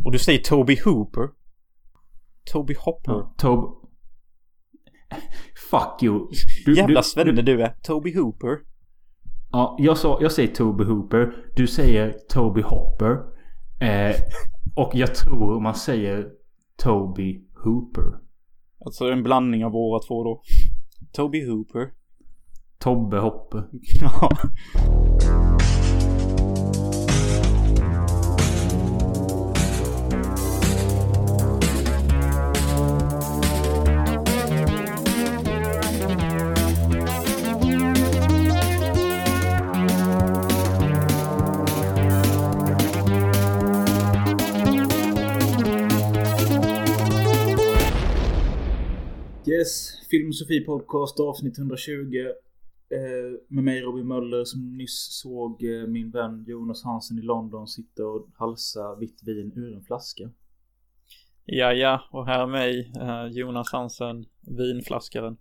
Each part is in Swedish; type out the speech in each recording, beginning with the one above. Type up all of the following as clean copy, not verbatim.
Och du säger Toby Hooper. Toby Hopper. Ja, Fuck you. Jävla svenne du är. Toby Hooper. Ja, jag säger Toby Hooper. Du säger Toby Hopper. Och jag tror man säger Toby Hooper. Alltså en blandning av våra två då. Toby Hooper. Tobbe Hopper. Ja. Yes, Filmosofi podcast avsnitt 120 med mig Robin Möller som nyss såg min vän Jonas Hansen i London sitta och halsa vitt vin ur en flaska. Ja, och här är mig Jonas Hansen, vinflaskaren.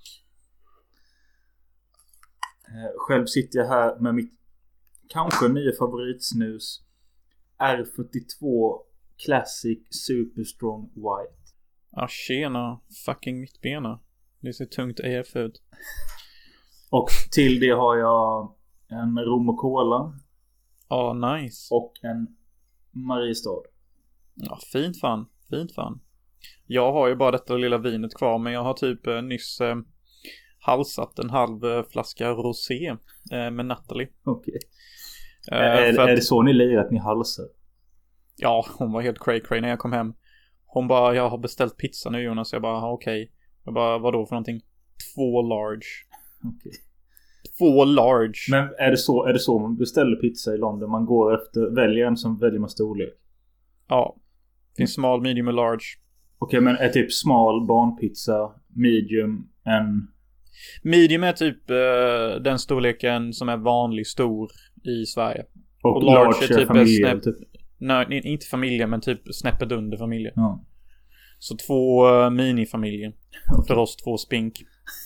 Själv sitter jag här med mitt kanske nya favoritsnus R42 Classic Super Strong White. Ja, tjena, fucking mittbena. Det ser tungt AF ut. Och till det har jag en rom och cola. Ja, nice. Och en Mariestad. Ja, fint fan. Jag har ju bara detta lilla vinet kvar, men jag har typ nyss halsat en halv flaska rosé med Natalie. Okej. Är det så ni lirar att ni halsar? Ja, hon var helt cray när jag kom hem. Hon bara, jag har beställt pizza nu Jonas. Jag bara, okej. Jag bara, vadå för någonting? 2 large. Okej. 2 large. Men är det så man beställer pizza i London? Man går efter, väljer en som väljer man storlek? Ja. Finns smal, medium och large. Okej, men är typ smal barnpizza, medium, en... Medium är typ den storleken som är vanlig stor i Sverige. Och large är typ familjen typ. Nej, inte familjen, men typ snäppet under familjen. Ja. Så 2 minifamiljer. Okay. För oss 2 spink.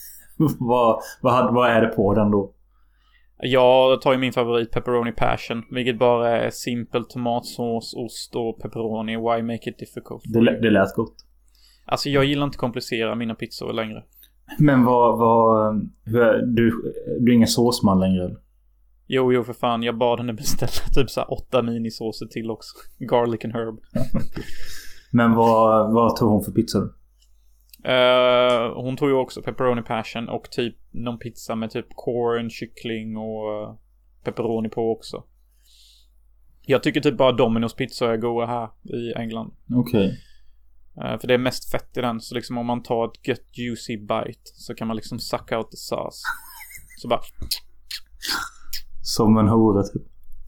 Vad är det på den då? Jag tar ju min favorit pepperoni passion, vilket bara är simpel tomatsås, ost och pepperoni. Why make it difficult? Det lät gott. Alltså jag gillar inte komplicera mina pizzor längre. Men du är ingen såsman längre eller? Jo för fan, jag bad henne beställa typ så här 8 minisåser till också. Garlic and herb. Men vad tog hon för pizza då? Hon tog ju också pepperoni passion och typ någon pizza med typ corn, kyckling och pepperoni på också. Jag tycker typ bara Domino's pizza är goda här i England. Okej. För det är mest fett i den. Så liksom om man tar ett gött juicy bite så kan man liksom suck out the sauce. Så bara... Som en hora typ.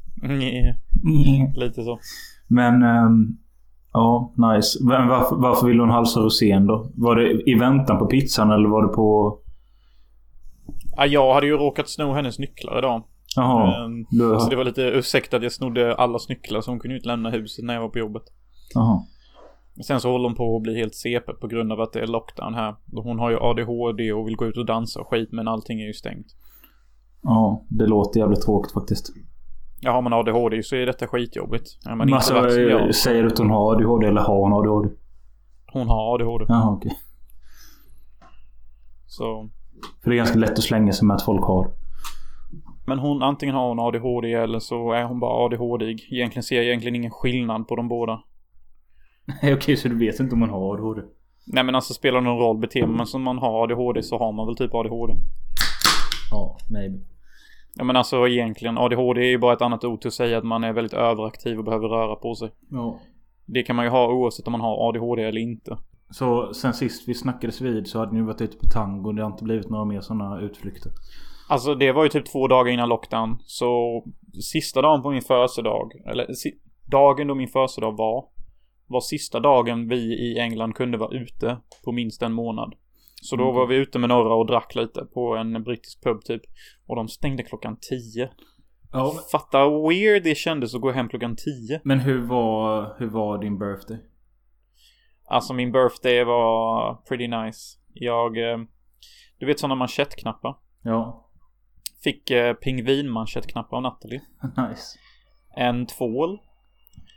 Lite så. Men ja, nice. Varför ville hon halsa rosén då? Var det i väntan på pizzan eller var det på... Ja, jag hade ju råkat sno hennes nycklar idag. Jaha. Så det var lite ursäkt att jag snodde alla nycklar så hon kunde inte lämna huset när jag var på jobbet. Jaha. Sen så håller hon på att bli helt CP på grund av att det är lockdown här. Hon har ju ADHD och vill gå ut och dansa och skit, men allting är ju stängt. Ja, det låter jävligt tråkigt faktiskt. Ja, har man ADHD så är detta skitjobbigt. Säger du att hon har ADHD eller har hon ADHD? Hon har ADHD. Jaha, okej. Så. För det är ganska lätt att slänga sig med att folk har. Men antingen har hon ADHD eller så är hon bara ADHD-ig. Egentligen ser jag egentligen ingen skillnad på de båda. Okej, så du vet inte om man har ADHD? Nej, men alltså spelar någon roll beter man som man har ADHD så har man väl typ ADHD. Ja, maybe. Ja, men alltså egentligen ADHD är ju bara ett annat ord till att säga att man är väldigt överaktiv och behöver röra på sig. Ja. Det kan man ju ha oavsett om man har ADHD eller inte. Så sen sist vi snackades vid så hade ni varit ute på tango och det har inte blivit några mer sådana utflykter? Alltså det var ju typ 2 dagar innan lockdown. Så sista dagen på min födelsedag, eller dagen då min födelsedag var sista dagen vi i England kunde vara ute på minst en månad. Så då var vi ute med några och drack lite på en brittisk pub typ. Och de stängde klockan 10. Ja, Fatta weird det kändes att gå hem klockan 10. Men hur var din birthday? Alltså min birthday var pretty nice. Du vet sådana manschettknappar? Ja. Fick pingvinmanschettknappar av Natalie. Nice. En tvål.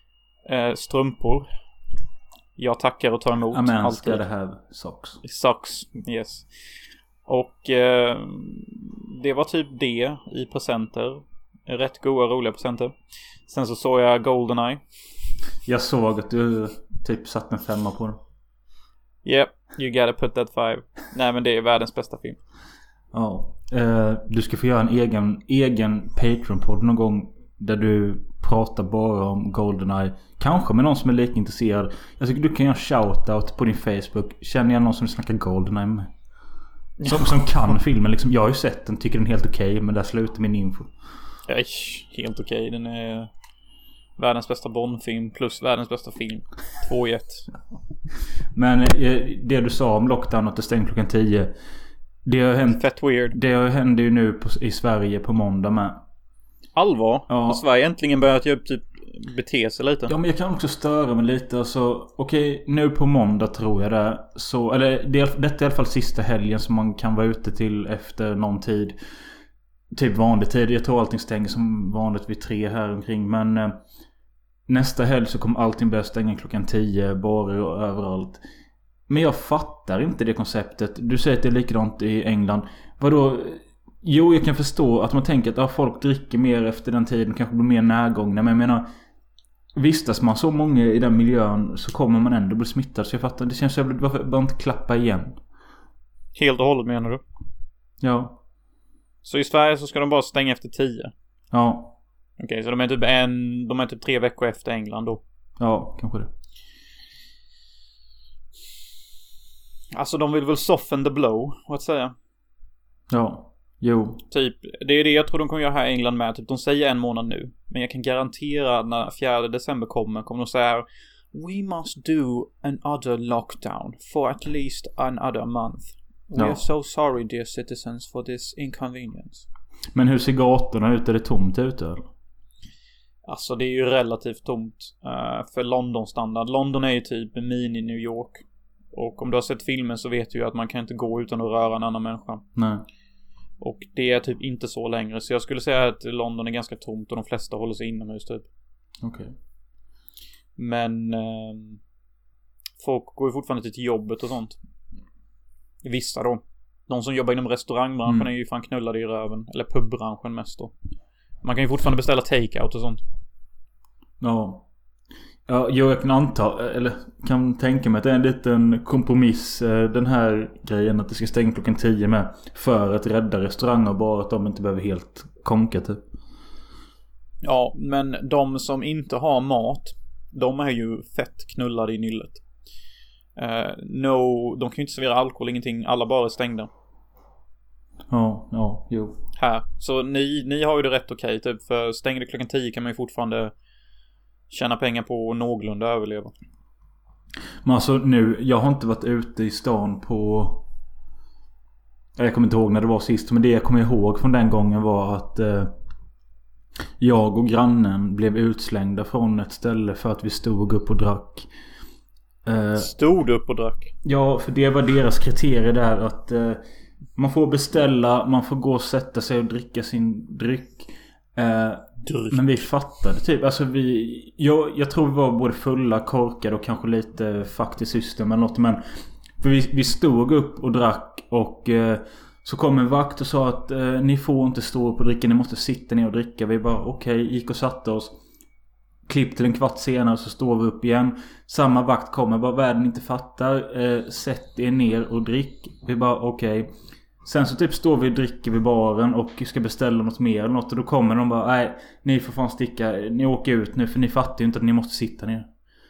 Strumpor. Jag tackar och tar emot. A man gotta have socks. Socks, yes. Och det var typ det i presenter. Rätt goda, roliga presenter. Sen så såg jag GoldenEye. Jag såg att du typ satt en 5 på den. Yep, you gotta put that 5. Nej, men det är världens bästa film. Ja. Du ska få göra en egen Patreon-podd någon gång där du pratar bara om GoldenEye. Kanske med någon som är lika intresserad. Jag tycker du kan göra shoutout på din Facebook. Känner jag någon som snackar GoldenEye med? Som kan filmen liksom. Jag har ju sett den, tycker den är helt okej, men där slutar min info. Helt okej. Den är världens bästa Bond-film plus världens bästa film. 2 i 1. Men det du sa om lockdown att det stängde klockan 10. Det har hänt. Fett weird. Det händer ju nu i Sverige på måndag med. Allvar? Ja. Har Sverige äntligen börjat typ bete sig lite? Ja, men jag kan också störa mig lite. Alltså, okej, nu på måndag tror jag det. Så, eller detta är i alla fall sista helgen som man kan vara ute till efter någon tid. Typ vanlig tid. Jag tror allting stänger som vanligt vid 3 här omkring. Men nästa helg så kommer allting börja stänga klockan 10. Bara och överallt. Men jag fattar inte det konceptet. Du säger att det är likadant i England. Vadå? Jo, jag kan förstå att man tänker att folk dricker mer efter den tiden. Kanske blir mer närgångna. Men jag menar, vistas man så många i den miljön så kommer man ändå bli smittad. Så jag fattar, det känns jävligt. Varför bara inte klappa igen? Helt och hållet menar du? Ja. Så i Sverige så ska de bara stänga efter 10? Ja. Okej, så de är typ 3 veckor efter England då? Ja, kanske det. Alltså de vill väl soften the blow, vad säga? Ja. Jo. Typ, det är det jag tror de kommer göra här i England med. Typ, de säger 1 månad nu. Men jag kan garantera att när 4 december kommer de säga We must do another lockdown for at least another month. We are so sorry dear citizens for this inconvenience. Men hur ser gatorna ut? Är det tomt ute eller? Alltså det är ju relativt tomt för London standard. London är ju typ mini New York. Och om du har sett filmen så vet du ju att man kan inte gå utan att röra en annan människa. Nej. Och det är typ inte så längre. Så jag skulle säga att London är ganska tomt och de flesta håller sig inomhus typ. Okej. Men folk går ju fortfarande till jobbet och sånt. Vissa då. De som jobbar inom restaurangbranschen är ju fan knullade i röven. Eller pubbranschen mest då. Man kan ju fortfarande beställa takeout och sånt. Ja. Ja, jag kan anta, eller kan tänka mig att det är en liten kompromiss, den här grejen att det ska stänga klockan 10 med, för att rädda restauranger, bara att de inte behöver helt konka typ. Ja, men de som inte har mat, de är ju fett knullade i nyllet. De kan ju inte servera alkohol, ingenting, alla bara är stängda. Ja, jo. Här, så ni har ju det rätt okej typ, för stängde klockan 10 kan man ju fortfarande tjäna pengar på och någorlunda överleva. Men alltså nu, jag har inte varit ute i stan på... Jag kommer inte ihåg när det var sist. Men det jag kommer ihåg från den gången var att jag och grannen blev utslängda från ett ställe för att vi stod upp och drack. Stod upp och drack? Ja, för det var deras kriterier där att man får beställa, man får gå och sätta sig och dricka sin dryck. Men vi fattade typ, alltså jag tror vi var både fulla, korkade och kanske lite faktiskt system eller något, men för vi stod upp och drack och så kom en vakt och sa att ni får inte stå upp och dricka, ni måste sitta ner och dricka. Vi bara okej, gick och satte oss. Klipp till en kvart senare så står vi upp igen. Samma vakt kommer, bara världen inte fattar, sätt er ner och drick. Vi bara okej. Sen så typ står vi och dricker vid baren och ska beställa något mer eller något. Och då kommer de bara, nej, ni får fan sticka. Ni åker ut nu för ni fattar ju inte att ni måste sitta ner.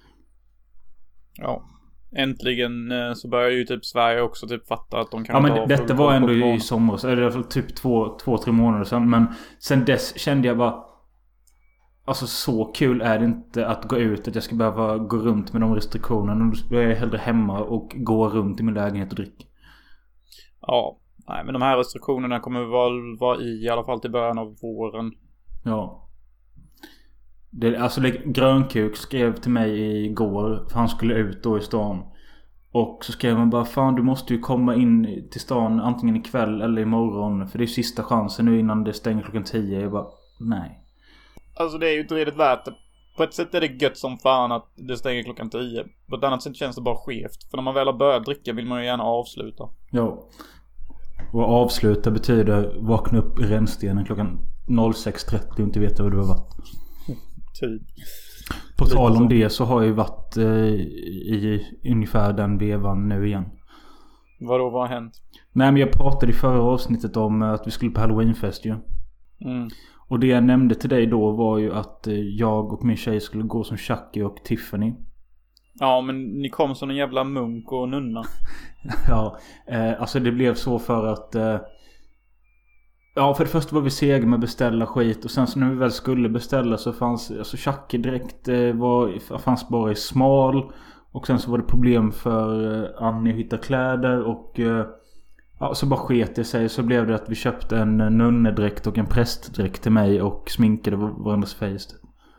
Ja, äntligen så börjar ju typ Sverige också typ fatta att de kan. Ja, men detta var ändå i somras. Eller i alla fall typ 2-3 månader sedan. Men sen dess kände jag bara, alltså så kul är det inte att gå ut. Att jag ska behöva gå runt med de restriktionerna. Då är jag hellre hemma och gå runt i min lägenhet och dricka. Ja. Nej, men de här restriktionerna kommer väl vara i alla fall till början av våren. Ja. Alltså Grönkuk skrev till mig igår, för han skulle ut då i stan. Och så skrev han bara, fan du måste ju komma in till stan antingen ikväll eller imorgon. För det är ju sista chansen nu innan det stänger klockan 10. Jag bara, nej. Alltså det är ju inte redigt värt det. på ett sätt är det gött som fan att det stänger klockan 10. På ett annat sätt känns det bara skevt. För när man väl har börjat dricka vill man ju gärna avsluta. Ja. Och avsluta betyder vakna upp i rännstenen klockan 06:30 och inte veta vad du har varit. Typ. På tal om det så har jag ju varit i ungefär den vevan nu igen. Vad har hänt? Nej, men jag pratade i förra avsnittet om att vi skulle på Halloweenfest ju. Och det jag nämnde till dig då var ju att jag och min tjej skulle gå som Chucky och Tiffany. Ja, men ni kom som en jävla munk och nunna. Ja, alltså det blev så för att ja, för det första var vi sega med att beställa skit. Och sen så när vi väl skulle beställa så fanns alltså Chucky direkt fanns bara i smal. Och sen så var det problem för Annie att hitta kläder. Och ja, så bara sket det sig. Så blev det att vi köpte en nunnedräkt och en prästdräkt till mig. Och sminkade varandras face.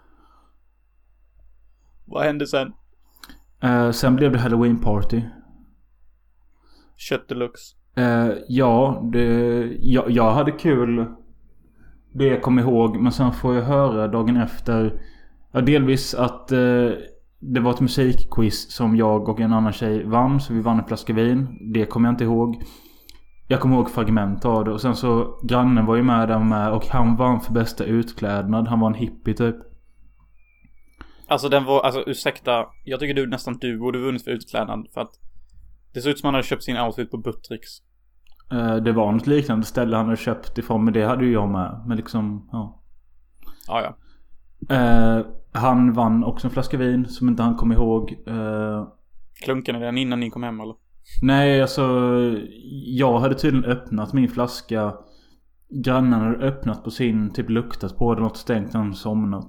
Vad hände sen? Sen blev det Halloween party. Kött deluxe. Ja, jag hade kul. Det jag kom ihåg. Men sen får jag höra dagen efter. Ja, delvis att det var ett musikquiz som jag och en annan tjej vann. Så vi vann en flaska vin. Det kommer jag inte ihåg. Jag kommer ihåg fragment av det. Och sen så grannen var ju med där med. Och han vann för bästa utklädnad. Han var en hippie typ. Alltså den var, alltså ursäkta. Jag tycker nästan du borde vunnit för utklädnad. För att det ser ut som han hade köpt sin outfit på Buttricks. Det var något liknande ställe han hade köpt ifrån. Men det hade ju jag med. Men liksom, ja. Ja. Han vann också en flaska vin som inte han kom ihåg. Klunkade den innan ni kom hem eller? Nej, alltså jag hade tydligen öppnat min flaska. Grannen hade öppnat på sin, typ luktat på det, något stängt, han somnat.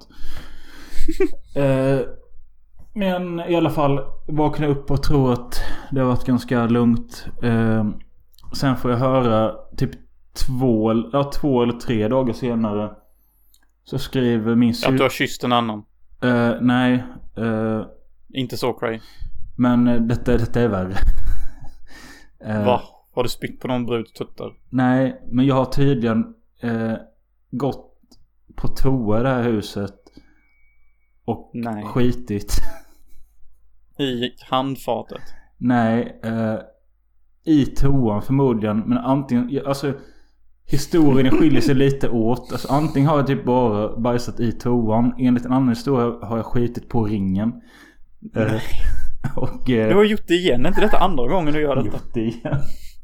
Men i alla fall vakna upp och tro att det har varit ganska lugnt. Sen får jag höra typ 2 eller 3 dagar senare så skriver min att du har kysst en annan. Nej. Inte så cray. Men detta är värre. Va? Har du spytt på någon bruds tuttar? Nej, men jag har tydligen gått på toa i det här huset och skitit. I handfatet? Nej, i toan förmodligen. Men antingen, alltså historien skiljer sig lite åt. Alltså antingen har jag typ bara bajsat i toan. Enligt en annan historia har jag skitit på ringen. Och, du har gjort det igen. Är inte detta andra gången du gör detta? Gjort det igen.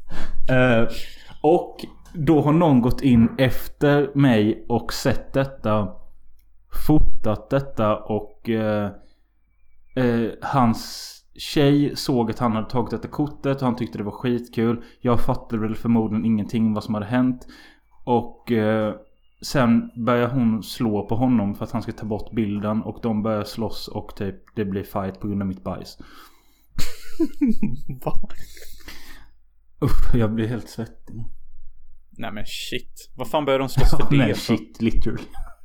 Och då har någon gått in efter mig och sett detta, fotat detta och hans tjej såg att han hade tagit detta kortet och han tyckte det var skitkul. Jag fattade väl förmodligen ingenting vad som hade hänt. Och sen börjar hon slå på honom för att han ska ta bort bilden. Och de börjar slåss och typ det blir fight på grund av mitt bajs. Va? Jag blir helt svettig. Nej men shit. Vad fan börjar de slåss för det? Nej shit, literally.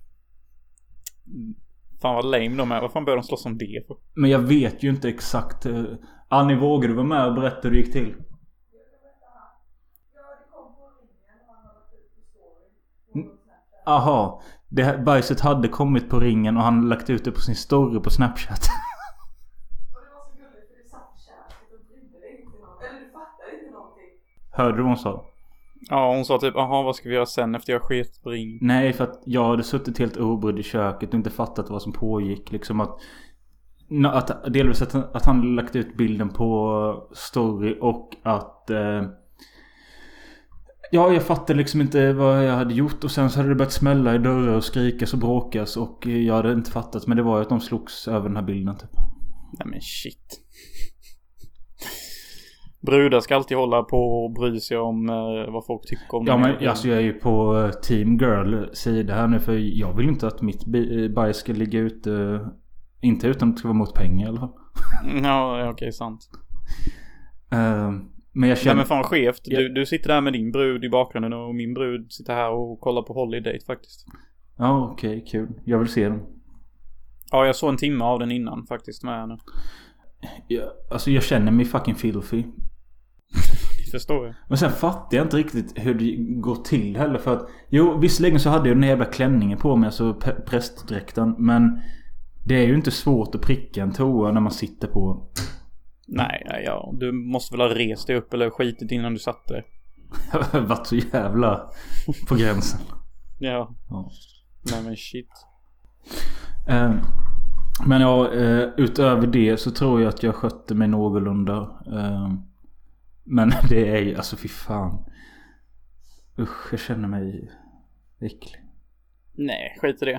Fan vad lame de är. Vad fan börjar de slåss om det för? Men jag vet ju inte exakt. Annie, vågar du vara med och berätta hur det gick till? Aha, det här bajset hade kommit på ringen och han lagt ut det på sin story på Snapchat. Och det var så gulligt för du satt i köket och brydde dig inte någonting. Eller du fattade inte någonting. Hörde du vad hon sa? Ja, hon sa typ, aha, vad ska vi göra sen efter jag sket på ringen? Nej, för att jag hade suttit helt obrydd i köket och inte fattat vad som pågick. Liksom att delvis att han lagt ut bilden på story och att ja, jag fattade liksom inte vad jag hade gjort. Och sen så hade det börjat smälla i dörrar och skrikas och bråkas. Och jag hade inte fattat. Men det var ju att de slogs över den här bilden typ. Nej men shit. Brudar ska alltid hålla på och bry sig om vad folk tycker om. Ja men alltså jag är ju på Team Girl sida här nu. För jag vill inte att mitt bajs ska ligga ute. Inte utan att det ska vara mot pengar i alla fall. Ja okej, sant. Men jag känner... Nej men fan skevt. Du sitter där med din brud i bakgrunden och min brud sitter här och kollar på Holiday faktiskt. Ja okej, kul. Jag vill se den. Ja, jag såg en timme av den innan faktiskt med henne. Alltså jag känner mig fucking filthy. Det förstår jag. Men sen fattar jag inte riktigt hur det går till heller. För att, jo visserligen så hade jag den jävla klänningen på mig. Alltså prästdräkten. Men Det är ju inte svårt att pricka en toa när man sitter på. Nej, ja. Du måste väl ha rest dig upp eller skitit innan du satt där. Jag har varit så jävla på gränsen. Ja. Ja. Nej men shit. Men ja, utöver det så tror jag att jag skötte mig någorlunda. Men det är ju, alltså fy fan. Usch, jag känner mig äcklig. Nej, skit i det.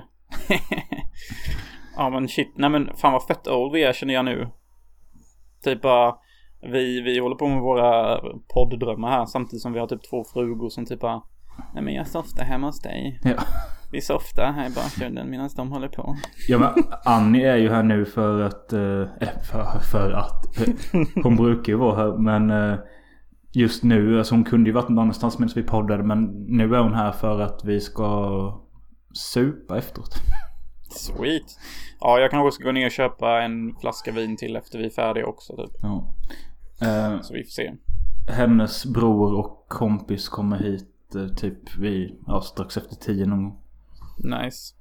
Ja men shit, nej men fan vad fett old vi är känner jag nu. Typ bara, vi håller på med våra podddrömmar här samtidigt som vi har typ 2 frugor som typ bara, nej men jag softar hemma hos dig. Ja. Vi softar här i bakgrunden medan de håller på. Ja men Annie är ju här nu för att för att hon brukar ju vara här, men just nu, alltså hon kunde ju varit någon annanstans medan vi poddade, men nu är hon här för att vi ska supa efteråt. Sweet. Ja, jag kan också gå ner och köpa en flaska vin till efter vi är färdiga också typ. Ja. Så vi får se. Hennes bror och kompis kommer hit typ strax efter 10 någon gång. Nice.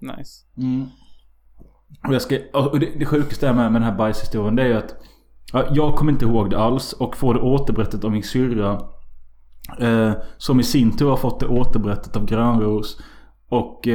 Och det sjukaste med den här bajshistorien, det är ju att jag kommer inte ihåg det alls och får det återberättat av min syrra, som i sin tur har fått det återberättat av Grönros. Och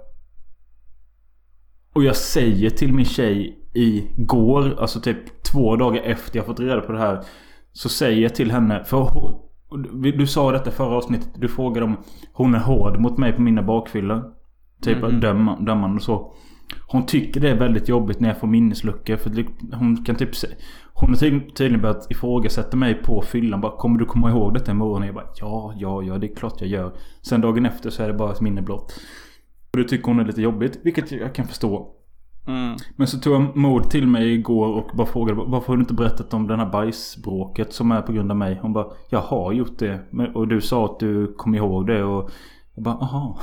jag säger till min tjej igår, alltså typ 2 dagar efter jag fått reda på det här, så säger jag till henne, för du sa detta förra avsnittet, du frågade om hon är hård mot mig på mina bakfyllor, typ dömande och så. Hon tycker det är väldigt jobbigt när jag får minnesluckor, för hon kan typ hon har tydligen börjat ifrågasätta mig på fyllan, bara, kommer du komma ihåg detta imorgon? Och jag bara, ja, det är klart jag gör. Sen dagen efter så är det bara ett minne blott. Och det tycker hon är lite jobbigt, vilket jag kan förstå. Men så tog jag mod till mig igår och bara frågade, varför har du inte berättat om den här bajsbråket som är på grund av mig? Hon bara, jag har gjort det, och du sa att du kom ihåg det. Och jag bara, aha.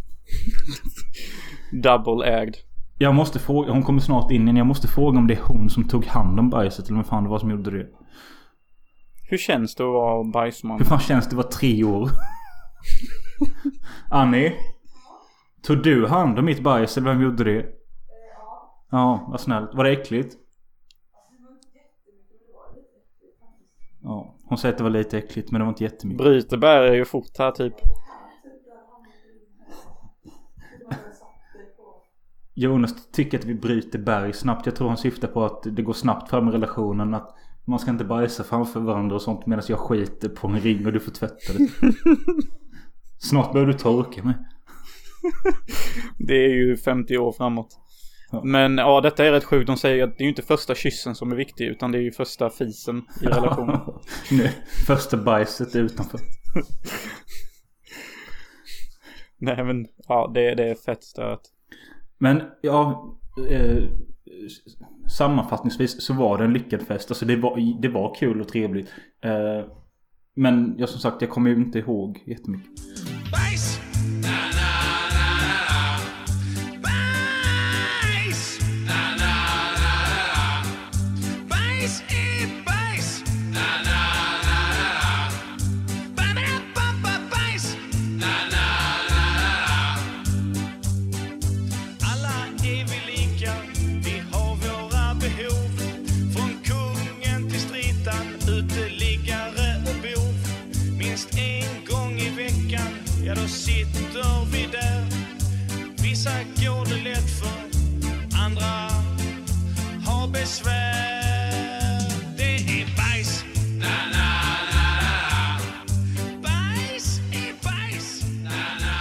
Double-ägd. Jag måste fråga, hon kommer snart in igen. Jag måste fråga om det är hon som tog hand om bajset, eller vad fan det var som gjorde det. Hur känns det att vara bajsman? Hur fan känns det att vara 3 år? Annie? Tog du hand om mitt bajs, eller vem gjorde det? Ja, vad snällt. Var det äckligt? Ja, hon säger att det var lite äckligt, men det var inte jättemycket. Bryteberg är ju fort här typ. Jonas tycker att vi bryter berg snabbt. Jag tror han syftar på att det går snabbt fram i relationen, att man ska inte bajsa framför varandra och sånt medan jag skiter på en ring och du får tvätta det. Snart börjar du torka mig. Det är ju 50 år framåt. Ja. Men ja, detta är rätt sjukt. De säger att det är ju inte första kyssen som är viktig, utan det är ju första fisen i relationen. Nej, första bajset utanför. Nej men, ja, det är fett stört. Men ja, sammanfattningsvis så var det en lyckad fest. Alltså det var kul och trevligt. Men jag som sagt, jag kommer ju inte ihåg jättemycket. Bajs! Ja, då sitter vi där. Vissa går det lätt för, andra har besvär. Det är bajs. Na, na, na, na. Bajs är bajs. Na, na,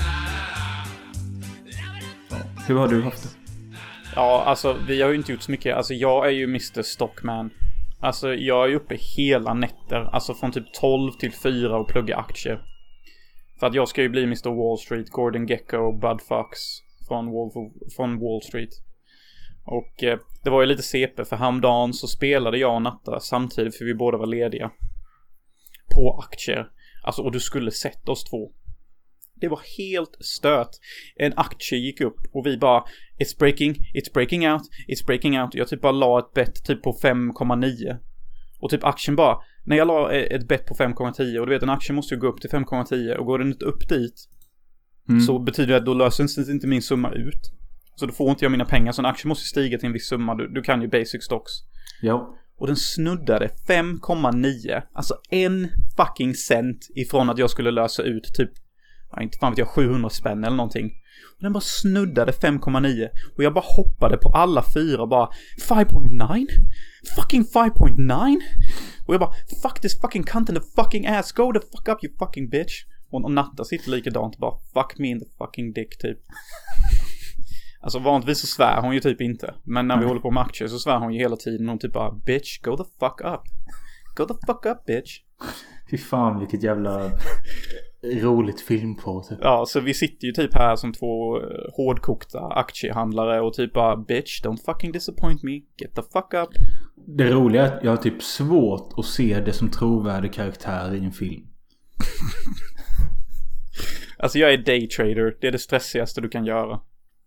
na, na. Hur har du haft det? Ja, alltså vi har ju inte gjort så mycket. Alltså jag är ju Mr. Stockman. Alltså jag är ju uppe hela nätter. Alltså från typ 12 till 4 och plugga aktier. För att jag ska ju bli Mr. Wall Street, Gordon Gekko och Bud Fox från Wall Street. Och det var ju lite CP, för häromdagen så spelade jag och Natta samtidigt, för vi båda var lediga. På aktier. Alltså, och du skulle sätta oss 2. Det var helt stört. En aktie gick upp och vi bara, it's breaking out. Jag typ bara la ett bet typ på 5,9. Och typ aktien bara, när jag la ett bet på 5,10, och du vet en aktie måste ju gå upp till 5,10, och går den inte upp dit så betyder det att då löser inte min summa ut. Så då får inte jag mina pengar. Så en aktie måste stiga till en viss summa. Du kan ju basic stocks. Ja. Och den snuddade 5,9. Alltså 1 fucking cent ifrån att jag skulle lösa ut typ, inte fan vet jag, 700 spänn eller någonting. Och den bara snuddade 5,9. Och jag bara hoppade på alla 4 bara 5.9? Fucking 5.9? Och jag bara, fuck this fucking cunt in the fucking ass. Go the fuck up you fucking bitch. Och Natta sitter likadant bara, fuck me in the fucking dick typ. Alltså vanligtvis så svär hon ju typ inte. Men när vi håller på med aktier så svär hon ju hela tiden. Hon typ bara, bitch, go the fuck up. Go the fuck up, bitch. Fy fan, vilket jävla roligt filmprat. Ja, så vi sitter ju typ här som 2 hårdkokta aktiehandlare och typ bara, bitch, don't fucking disappoint me. Get the fuck up. Det roliga är att jag har typ svårt att se det som trovärdig karaktär i en film. Alltså jag är daytrader. Det är det stressigaste du kan göra.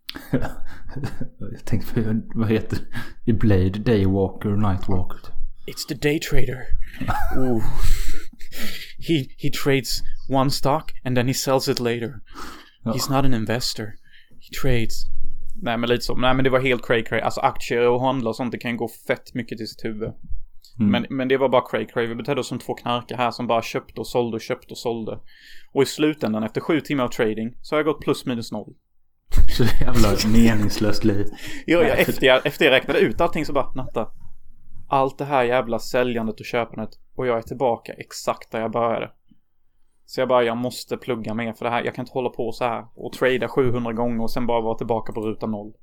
Jag tänkte på, vad heter det? I Blade, Daywalker och Nightwalker. It's the daytrader. Ooh. He trades one stock and then he sells it later. He's not an investor. He trades. Nej men lite så. Nej men det var helt cray. Alltså aktier och handla och sånt, det kan gå fett mycket till sitt huvud. Men det var bara cray. Vi betedde oss som 2 knarkar här som bara köpte och sålde. Och i slutändan efter 7 timmar av trading så har jag gått plus minus 0. Så jävla meningslöst liv. Efter jag räknade ut allting så bara, Natta, allt det här jävla säljandet och köpandet och jag är tillbaka exakt där jag började. Så jag måste plugga mer för det här. Jag kan inte hålla på så här och trada 700 gånger och sen bara vara tillbaka på ruta 0.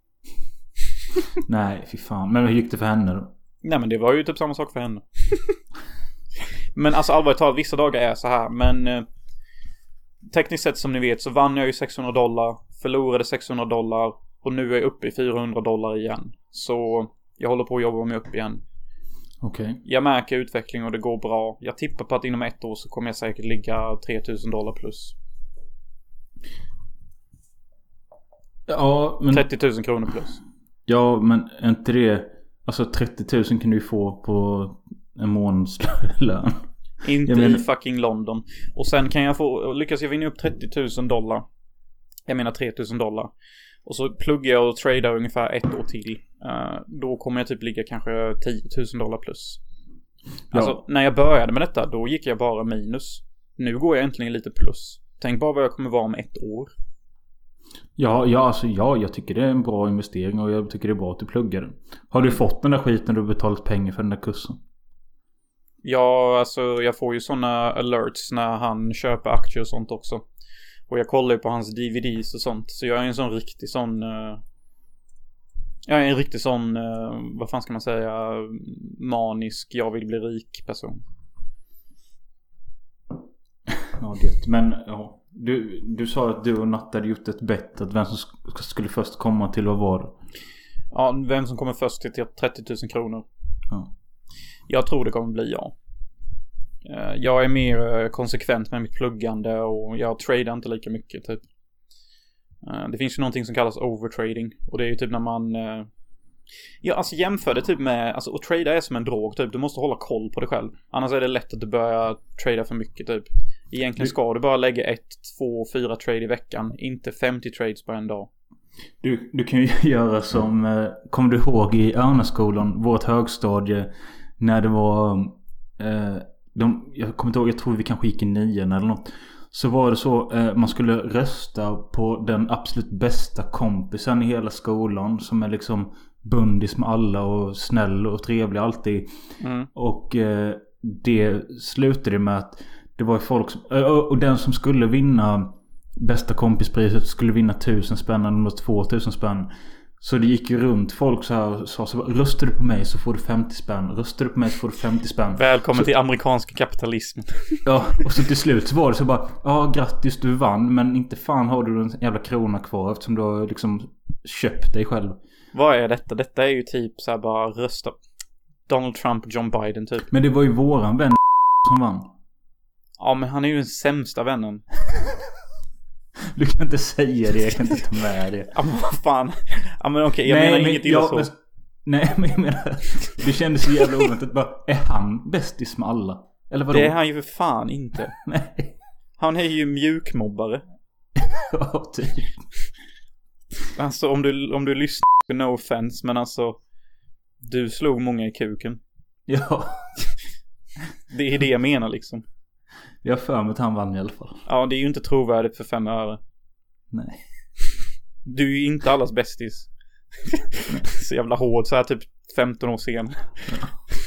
Nej, fy fan. Men hur gick det för henne då? Nej men det var ju typ samma sak för henne. Men alltså allvarligt talat, vissa dagar är så här. Men tekniskt sett som ni vet så vann jag ju $600, förlorade $600 och nu är jag uppe i $400 igen. Så jag håller på att jobba mig upp igen. Okej. Jag märker utveckling och det går bra. Jag tippar på att inom 1 år så kommer jag säkert ligga $3,000 plus. Ja, men 30 000 kronor plus. Ja, men inte det. Alltså 30 000 kan du ju få på en månadslön. Inte i fucking London. Och sen kan jag lyckas jag vinna upp $30,000. Jag menar $3,000. Och så pluggar jag och tradar ungefär 1 år till. Då kommer jag typ ligga kanske $10,000 plus. Alltså när jag började med detta, då gick jag bara minus. Nu går jag äntligen lite plus. Tänk bara vad jag kommer vara om 1 år. Jag tycker det är en bra investering och jag tycker det är bra att du pluggar den. Har du fått den där skiten när du betalat pengar för den där kursen? Ja, alltså jag får ju såna alerts när han köper aktier och sånt också. Och jag kollar ju på hans DVDs och sånt. Så jag är en sån riktig sån... jag är en riktig sån... vad fan ska man säga? Manisk, jag vill bli rik person. Ja, det. Men ja, du sa att du och Natta hade gjort ett bett. Att vem som skulle först komma till, vad var det? Ja, vem som kommer först till 30 000 kronor. Ja. Jag tror det kommer bli jag. Jag är mer konsekvent med mitt pluggande och jag tradar inte lika mycket typ. Det finns ju någonting som kallas overtrading. Och det är ju typ när man... ja, alltså jämför det typ med... Alltså att trada är som en drog typ. Du måste hålla koll på dig själv. Annars är det lätt att du börjar trada för mycket typ. Egentligen ska du bara lägga 1, 2, 4 trade i veckan. Inte 50 trades på en dag. Du kan ju göra som... kommer du ihåg i Örnaskolan, vårt högstadie, när det var... jag kommer inte ihåg, jag tror vi kanske gick i 9 eller något. Så var det så, man skulle rösta på den absolut bästa kompisen i hela skolan, som är liksom bundis med alla och snäll och trevlig alltid. Och det slutade med att det var folk som, och den som skulle vinna bästa kompispriset skulle vinna 1000 spänn eller 2000 spänn. Så det gick ju runt folk så här och sa så, röstar du på mig så får du 50 spänn. Röstar du på mig så får du 50 spänn. Välkommen till amerikansk kapitalism. Ja, och så till slut så var det så bara, ja grattis du vann, men inte fan har du en jävla krona kvar eftersom du har liksom köpt dig själv. Vad är detta? Detta är ju typ så här bara rösta Donald Trump och John Biden typ. Men det var ju våran vän som vann. Ja, men han är ju den sämsta vännen. Du kan inte säga det, jag kan inte ta med det. Ja, men vad fan. Ja, men okej, jag menar inget illa så. Nej, men jag menar, det kändes så jävla oväntat. Bara, är han bästis med alla? Eller vadå? Det är han ju för fan inte. Nej. Han är ju mjukmobbare. Ja, typ. Alltså om du lyssnar, no offense, men alltså du slog många i kuken. Ja. Det är det jag menar liksom. Jag har för mig att han vann i alla fall. Ja, det är ju inte trovärdigt för 5 öre. Nej. Du är ju inte allas bästis. Så jävla hård, så här typ 15 år sen. Ja.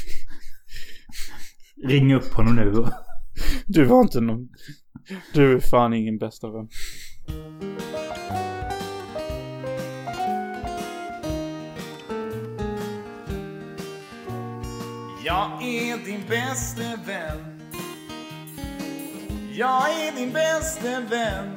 Ring upp honom nu. Du var inte någon. Du är fan ingen bästa vän. Jag är din bästa vän. Jag är din bästa vän.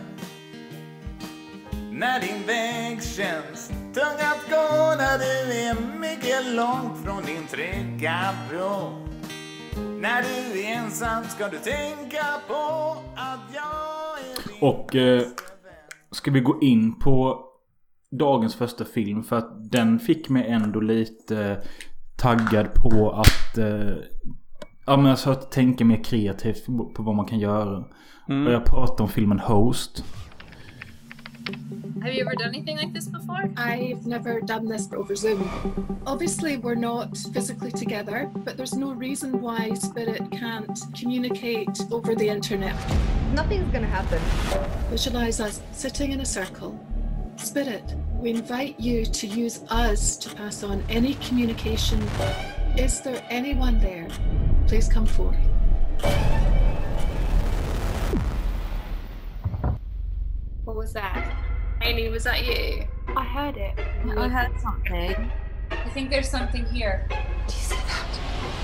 När din väg känns tung att gå, när du är mycket långt från din trygga bro. När du är ensam ska du tänka på att jag är din Och ska vi gå in på dagens första film, för att den fick mig ändå lite taggad på att alltså att tänka mer kreativt på vad man kan göra. Och jag pratar om filmen Host. Have you ever done anything like this before? I've never done this over Zoom. Obviously, we're not physically together, but there's no reason why Spirit can't communicate over the internet. Nothing's gonna happen. Visualize us sitting in a circle. Spirit, we invite you to use us to pass on any communication. Is there anyone there? Please come forth. What was that? Amy, was that you? I heard it. I heard something. I think there's something here. Do you see that?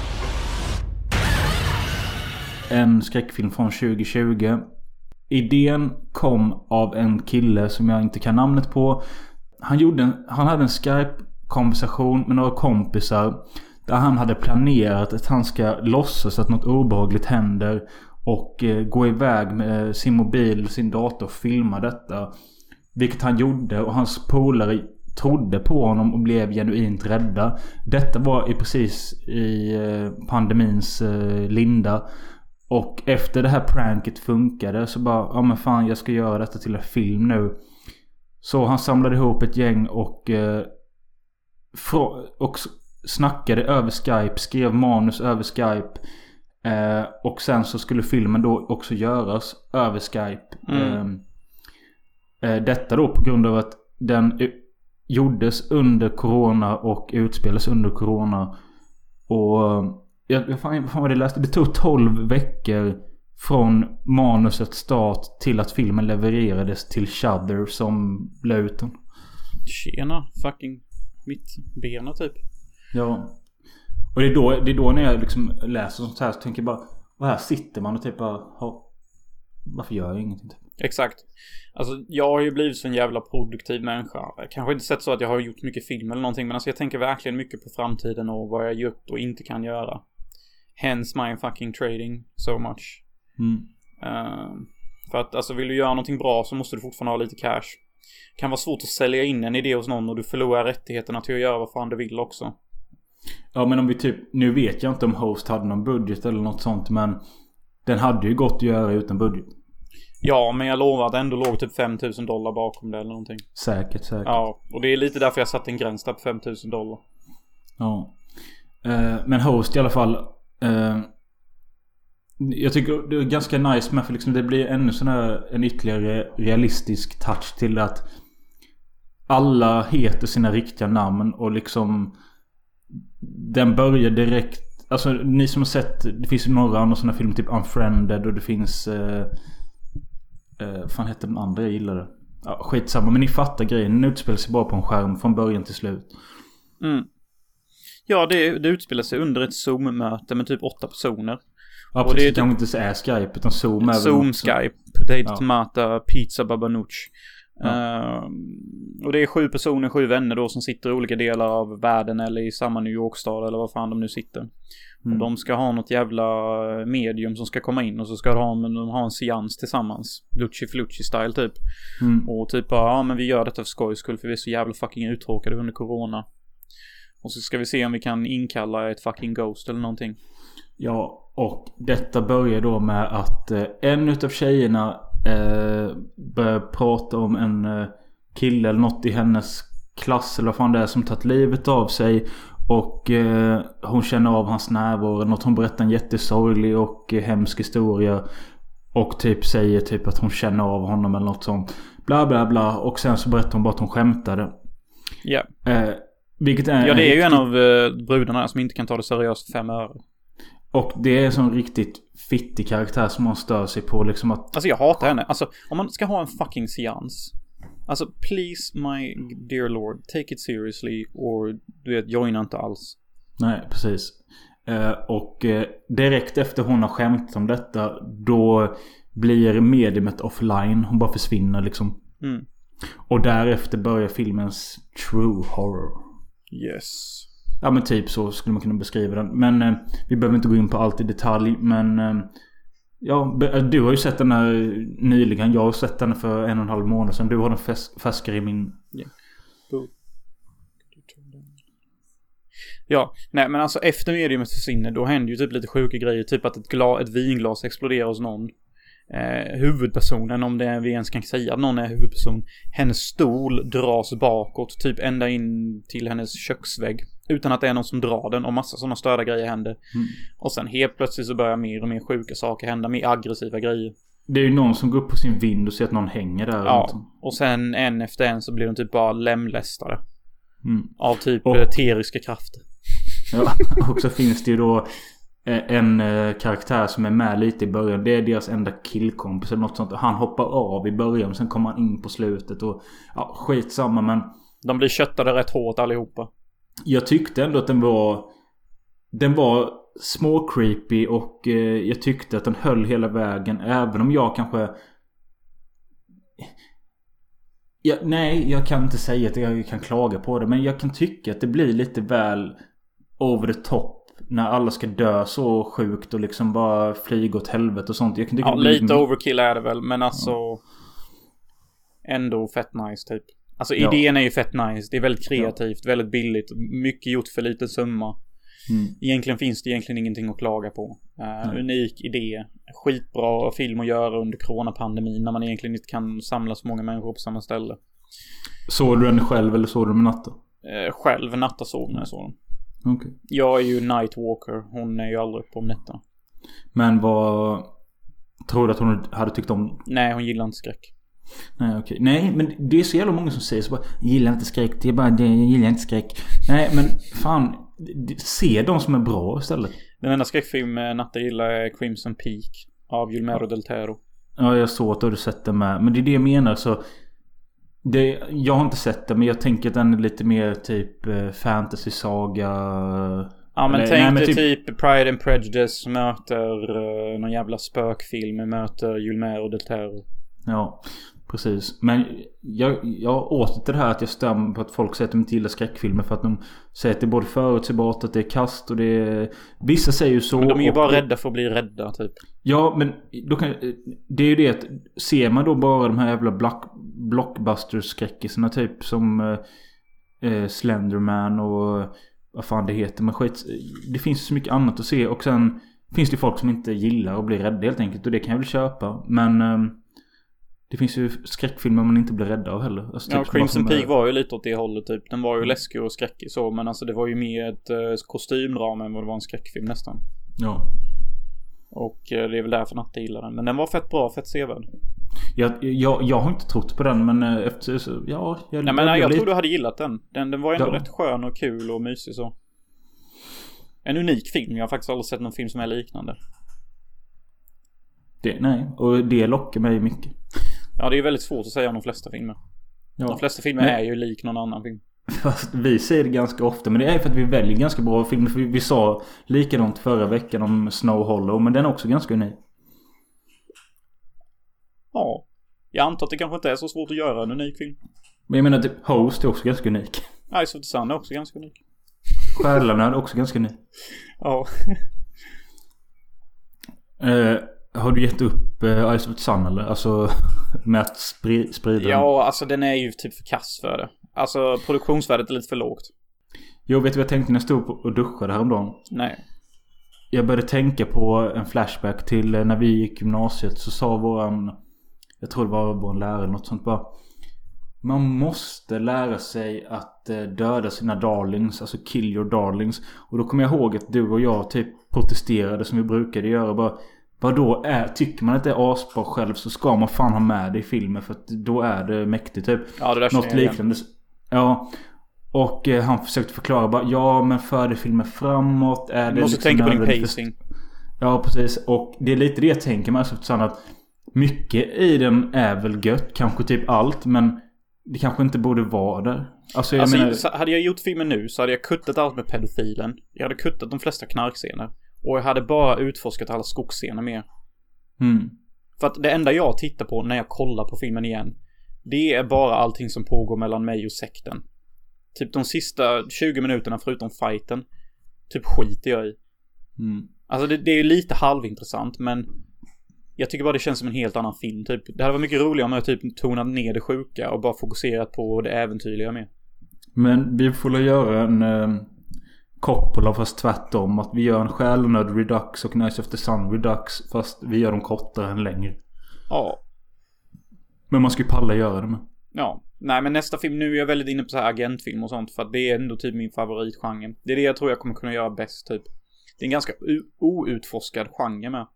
En skräckfilm från 2020. Idén kom av en kille som jag inte kan namnet på. Han hade en Skype-konversation med några kompisar där han hade planerat att han ska låtsas att något obehagligt händer och gå iväg med sin mobil och sin dator och filma detta. Vilket han gjorde, och hans polare trodde på honom och blev genuint rädda. Detta var precis i pandemins linda. Och efter det här pranket funkade så bara, ja men fan, jag ska göra detta till en film nu. Så han samlade ihop ett gäng och snackade över Skype, skrev manus över Skype. Och sen så skulle filmen då också göras över Skype. Detta då på grund av att den gjordes under corona och utspelades under corona. Och fan vad det läste. Det tog 12 veckor från manusets start till att filmen levererades till Shudder som la ut den. Tjena, fucking mitt bena typ. Ja. Och det är då när jag liksom läser sånt här så tänker jag bara, vad här sitter man och typ bara, varför gör jag ingenting? Exakt. Alltså jag har ju blivit så en jävla produktiv människa. Kanske inte sett så att jag har gjort mycket film eller någonting, men alltså jag tänker verkligen mycket på framtiden och vad jag gjort och inte kan göra. Hence my fucking trading so much. För att alltså vill du göra någonting bra så måste du fortfarande ha lite cash. Det kan vara svårt att sälja in en idé hos någon och du förlorar rättigheterna till att göra vad fan du vill också. Ja, men om vi typ, nu vet jag inte om Host hade någon budget eller något sånt, men den hade ju gått att göra utan budget. Ja, men jag lovar att det ändå låg typ $5,000 bakom det eller någonting. Säkert. Ja, och det är lite därför jag satt en gräns där på $5,000. Ja. Men Host i alla fall, jag tycker det är ganska nice med, för liksom det blir ännu sån här, en ytterligare realistisk touch till att alla heter sina riktiga namn och liksom den börjar direkt. Alltså ni som har sett, det finns ju några andra såna filmer typ Unfriended och det finns fan heter den andra jag gillade. Ja, skitsamma, men ni fattar grejen. Den utspelar sig bara på en skärm från början till slut. Ja, det utspelar sig under ett Zoom-möte med typ 8 personer. Ja, och det kanske inte är Skype utan Zoom är Zoom-Skype. Date Mata Pizza Babanuch. Och det är 7 personer, 7 vänner då som sitter i olika delar av världen eller i samma New York-stad eller vad fan de nu sitter. Och de ska ha något jävla medium som ska komma in och så ska de ha en seans tillsammans. Lucci-Flucci-style typ. Och typ, ja men vi gör detta för skojs skull för vi är så jävla fucking uttråkade under corona. Och så ska vi se om vi kan inkalla ett fucking ghost eller någonting. Ja, och detta börjar då med att en utav tjejerna börjar prata om en kille eller något i hennes klass eller vad fan det är som tagit livet av sig. Och hon känner av hans närvaro. Något, hon berättar en jättesorglig och hemsk historia. Och typ säger typ att hon känner av honom eller något sånt. Bla bla bla. Och sen så berättar hon bara att hon skämtade. Ja. Vilket är Ja, det är ju en av brudarna som inte kan ta det seriöst 5 öre. Och det är en sån riktigt fittig karaktär som man stör sig på liksom att... Alltså jag hatar henne. Alltså om man ska ha en fucking seans. Alltså please my dear lord, take it seriously. Och du vet, joina inte alls. Nej, precis. Och direkt efter hon har skämt om detta, då blir mediumet offline. Hon bara försvinner liksom. Mm. Och därefter börjar filmens true horror. Yes. Ja, men typ så skulle man kunna beskriva den. Men vi behöver inte gå in på allt i detalj. Men ja, du har ju sett den här nyligen. Jag har sett den för 1,5 månader sedan. Du har den färskare i min... Yeah. Ja, nej men alltså efter mediumet försvinner, då händer ju typ lite sjuka grejer. Typ att ett vinglas exploderar hos någon. Huvudpersonen, om det vi ens kan säga att någon är huvudperson, hennes stol dras bakåt typ ända in till hennes köksvägg utan att det är någon som drar den, och massa sådana störda grejer händer. Och sen helt plötsligt så börjar mer och mer sjuka saker hända, mer aggressiva grejer. Det är ju någon som går upp på sin vind och ser att någon hänger där. Ja, och sen en efter en så blir de typ bara lemlästade av typ teriska krafter. Ja, och så finns det ju då en karaktär som är med lite i början. Det är deras enda killkompis eller något sånt. Han hoppar av i början, sen kommer han in på slutet. Och ja, skitsamma, men de blir köttade rätt hårt allihopa. Jag tyckte ändå att den var små creepy. Och jag tyckte att den höll hela vägen. Även om jag kanske... nej, jag kan inte säga att jag kan klaga på det. Men jag kan tycka att det blir lite väl over the top när alla ska dö så sjukt och liksom bara flyga åt helvete och sånt. Jag kan tycka ja, lite overkill är det väl, men alltså ändå fett nice typ. Alltså idén är ju fett nice. Det är väldigt kreativt, väldigt billigt, mycket gjort för liten summa. Egentligen finns det ingenting att klaga på. Unik idé, skitbra film att göra under coronapandemin när man egentligen inte kan samla så många människor på samma ställe. Såg du den själv eller såg du den med Natta? Själv, Natta såg när jag såg den. Okay. Jag är ju Nightwalker. Hon är ju aldrig uppe om nätterna. Men vad tror du att hon hade tyckt om? Nej, hon gillar inte skräck. Nej, okej. Nej, men det är så jävla många som säger så bara, jag gillar inte skräck. Det är bara det, jag gillar inte skräck. Nej, men fan, se de som är bra istället. Den enda skräckfilm Natta gillar är Crimson Peak av Guillermo del Toro. Ja, jag såg att du sett det med. Men det är det jag menar, så jag har inte sett det, men jag tänker att den är lite mer typ fantasy-saga. Ja, men tänk dig typ Pride and Prejudice möter någon jävla spökfilm, möter Guillermo del Toro. Ja, precis. Men jag åter till det här att jag stämmer på att folk säger att de inte gillar skräckfilmer för att de säger att det är både förutsägbart, att det är kast och det är... Vissa säger ju så. Men de är ju bara rädda för att bli rädda typ. Ja, men då kan... det är ju det att ser man då bara de här jävla blockbuster-skräckisarna typ som Slenderman och vad fan det heter, men skit, det finns så mycket annat att se, och sen finns det folk som inte gillar att bli rädda helt enkelt, och det kan jag väl köpa, men det finns ju skräckfilmer man inte blir rädda av heller. Alltså, ja, Crimson Peak var ju lite åt det hållet typ. Den var ju läskig och skräckig så, men alltså det var ju mer ett kostymdrama än vad det var en skräckfilm nästan. Ja. Och det är väl därför Natta gillar den. Men den var fett bra, fett sevärd. Jag har inte trott på den, men efter så, ja... Jag tror du hade gillat den. Den var ändå rätt skön och kul och mysig så. En unik film. Jag har faktiskt aldrig sett någon film som är liknande. Nej, och det lockar mig mycket. Ja, det är väldigt svårt att säga om de flesta filmer. Ja. De flesta filmer är ju lik någon annan film. Fast vi säger det ganska ofta, men det är för att vi väljer ganska bra filmer. För vi sa likadant förra veckan om Snow Hollow, men den är också ganska unik. Ja, jag antar att det kanske inte är så svårt att göra en unik film. Men jag menar typ Host är också ganska unik. Eyes of the Sun är också ganska unik. Själarna är också ganska unik. Ja. Har du gett upp Eyes of the Sun eller? Alltså med att sprida? Ja, alltså den är ju typ för kass för det. Alltså produktionsvärdet är lite för lågt. Jag vet vad jag tänkte när jag stod och duschade häromdagen. Nej. Jag började tänka på en flashback till när vi gick gymnasiet, så sa jag tror det var vår lärare eller något sånt bara, man måste lära sig att döda sina darlings. Alltså kill your darlings. Och då kommer jag ihåg att du och jag typ protesterade som vi brukade göra. Bara, vadå, tycker man att det är asbra själv så ska man fan ha med det i filmen. För att då är det mäktigt typ. Ja, det där något liknande. Ja. Och han försökte förklara bara, ja men för det filmen framåt är det du måste liksom tänka på din pacing. Ja, precis. Och det är lite det jag tänker med så att mycket i den är väl gött. Kanske typ allt, men det kanske inte borde vara där. Alltså, jag menar... hade jag gjort filmen nu så hade jag kuttat allt med pedofilen. Jag hade kuttat de flesta knarkscener. Och jag hade bara utforskat alla skogsscener mer. För att det enda jag tittar på när jag kollar på filmen igen, det är bara allting som pågår mellan mig och sekten. Typ de sista 20 minuterna förutom fighten, typ skiter jag i. Alltså det är ju lite halvintressant, men jag tycker bara det känns som en helt annan film typ. Det hade varit mycket roligare om jag typ tonade ner det sjuka och bara fokuserat på det äventyrliga med. Men vi får göra en Coppola fast tvärtom. Att vi gör en Själenöd Redux och Knights of the Sun Redux, fast vi gör dem kortare än längre. Ja. Men man ska ju palla göra det med. Ja. Nej, men nästa film, nu är jag väldigt inne på så här agentfilm och sånt, för att det är ändå typ min favoritgenre. Det är det jag tror jag kommer kunna göra bäst typ. Det är en ganska outforskad genre med.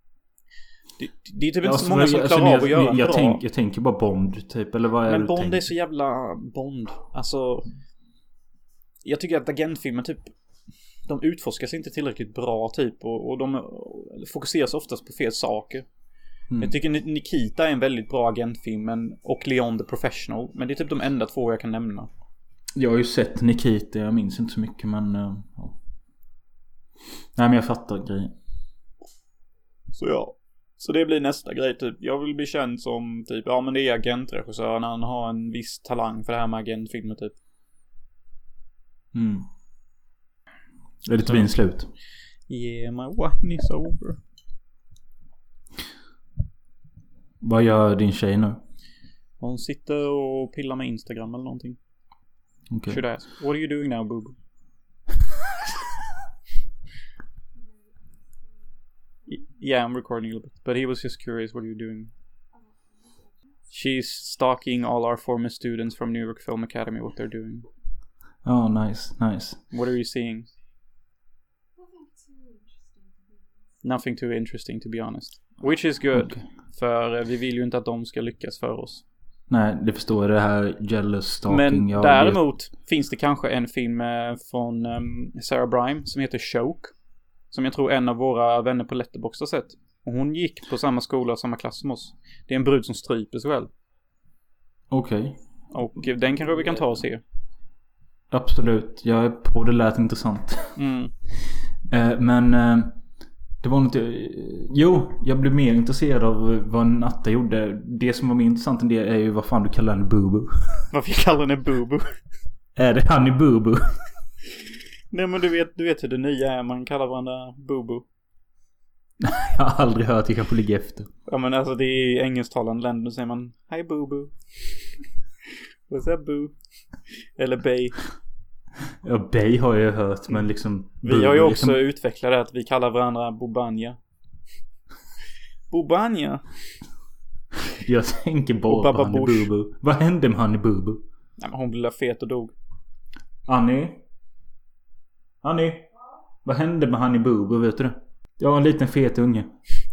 Det är typ inte så många som klarar av att göra bra. Jag tänker bara Bond typ, eller vad är det? Men Bond är så jävla Bond. Alltså, jag tycker att agentfilmer typ, de utforskas inte tillräckligt bra typ, och de fokuseras oftast på fel saker. Jag tycker Nikita är en väldigt bra agentfilm, och Leon the Professional, men det är typ de enda två jag kan nämna. Jag har ju sett Nikita, jag minns inte så mycket, men ja. Nej, men jag fattar grejen. Så ja. Så det blir nästa grej typ. Jag vill bli känd som typ, ja men det är agentregissören, han har en viss talang för det här med agentfilmer typ. Är ditt vin slut? Yeah, my wine is over. Vad gör din tjej nu? Hon sitter och pillar med Instagram eller någonting. Okay. Should I ask, what are you doing now, boob? Yeah, I'm recording a little bit, but he was just curious, what are you doing? She's stalking all our former students from New York Film Academy, what they're doing. Oh, nice. What are you seeing? Nothing too interesting, to be honest. Which is good, okay. För vi vill ju inte att de ska lyckas för oss. Nej, det förstår jag, det här jealous stalking. Men däremot finns det kanske en film från Sarah Brime som heter Choke, som jag tror en av våra vänner på Letterboxd har sett. Och hon gick på samma skola, samma klass som oss. Det är en brud som stryper sig själv. Okej. Och den kanske vi kan ta och se. Absolut, jag är på, det lät intressant. Men det var något jag blev mer intresserad av vad Natta gjorde. Det som var mer intressant än det är ju vad fan du kallar henne Bubu. Varför kallar henne Bubu? Är det han i Bubu? Nej, men du vet hur det nya är, man kallar varandra Bubu. Jag har aldrig hört, jag kanske ligga efter. Ja, men alltså det är i engelsktalande länder, då säger man hi Bubu. What's up Boo? Eller Bay. Ja, Bay har jag hört, men liksom vi har ju också utvecklat det att vi kallar varandra Bobanja. Bobanja. Jag tänker bara på han i Bubu. Vad hände med han i Bubu? Nej, men hon blev fet och dog. Annie? Vad hände med han i Bubu, vet du det? Jag har en liten fet unge.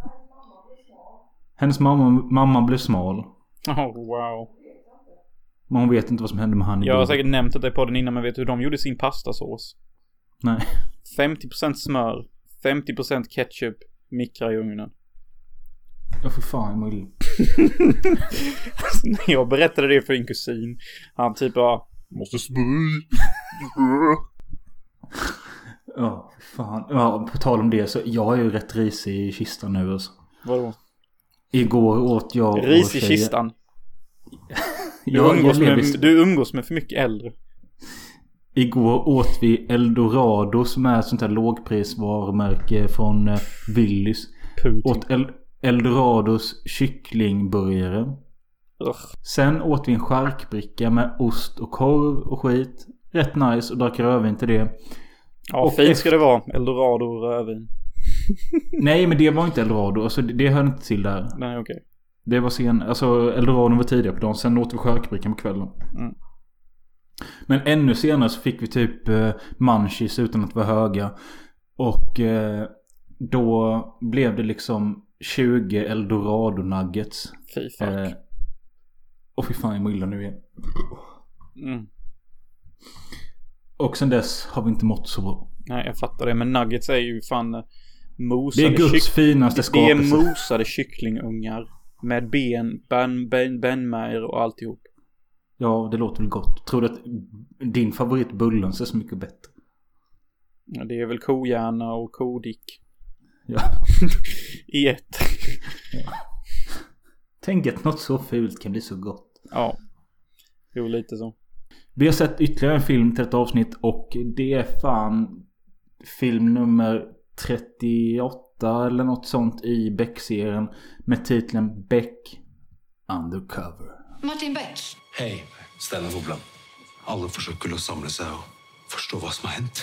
Hennes mamma blev smal. Oh, wow. Men hon vet inte vad som hände med han i Jag har Bubu. säkert nämnt det på den innan, men vet hur de gjorde sin pastasås? Nej. 50% smör, 50% ketchup, mikra i ugnen. Ja, för fan, jag alltså, när jag berättade det för en kusin, han typ bara måste spy. Ja, fan. Ja, på tal om det så jag är ju rätt risig i kistan nu alltså. Vadå? Igår åt jag ris i kistan. Du umgås med för mycket äldre. Igår åt vi Eldorado, som är ett sånt här lågprisvarumärke från Willys. Åt Eldorados kycklingburgare. Sen åt vi en charkbricka med ost och korv och skit. Rätt nice, och drack rödvin till det. Ja, och fint ska det vara. Eldorado och rödvin. Nej, men det var inte Eldorado. Alltså, det hör inte till där. Nej, okej. Det var sen, alltså Eldorado var tidigare på dagen. Sen åt vi Charkbrickan på kvällen. Men ännu senare så fick vi typ munchies utan att vara höga. Och då blev det liksom 20 Eldorado nuggets. Fy fuck. Och fy fan, jag mår illa nu igen. Och sen dess har vi inte mått så bra. Nej, jag fattar det. Men nuggets är ju fan mosade. Det är Guds finaste skapelse. Det är mosade kycklingungar med benmärg och alltihop. Ja, det låter väl gott. Tror du att din favorit bullen ser så mycket bättre? Ja, det är väl kohjärna och kodick. Ja. I ett. Ja. Tänk att något så fult kan bli så gott. Ja. Jo, lite så. Vi har sett ytterligare en film till ett avsnitt. Och det är fan film nummer 38 eller något sånt i Beck-serien. Med titeln Beck Undercover. Martin Beck. Hej, Stellan Wobblan. Alla försöker att samla sig och förstå vad som har hänt.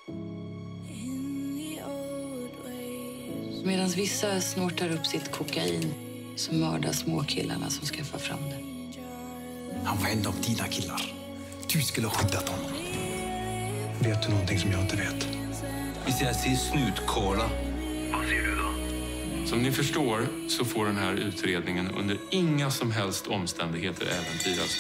Medan vissa snortar upp sitt kokain så mördar småkillarna som skaffar fram det. Han var en av dina killar. Du skulle ha skyddat honom. Vet du någonting som jag inte vet? Visst jag ser snutkåla. Vad ser du då? Som ni förstår så får den här utredningen under inga som helst omständigheter äventyras.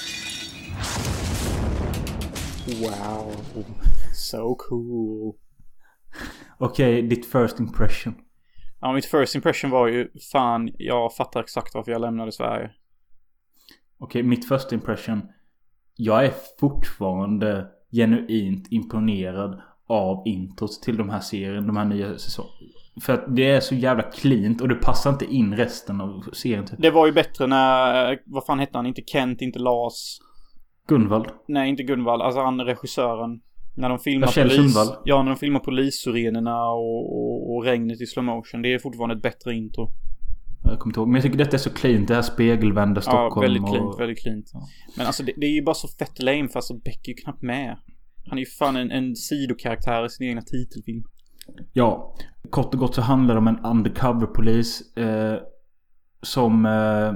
Wow. So cool. Okej, ditt first impression. Ja, mitt first impression var ju fan, jag fattar exakt varför jag lämnade Sverige. Okej, mitt first impression. Jag är fortfarande genuint imponerad av introt till de här serien, de här nya säsongerna. För att det är så jävla cleant och det passar inte in resten av serien. Det var ju bättre när, vad fan hette han? Inte Kent, inte Lars. Gunvald. Nej, inte Gunvald. Alltså han regissören. När de filmar när de filmar polissirenerna och regnet i slow motion. Det är fortfarande ett bättre intro. Jag kommer inte ihåg. Men jag tycker detta är så cleant. Det här spegelvända Stockholm. Ja, väldigt cleant, väldigt cleant. Ja. Men alltså det är ju bara så fett lame. För alltså Beck är ju knappt med. Han är ju fan en sidokaraktär i sin egna titelfilm. Ja, kort och gott så handlar det om en undercover-polis som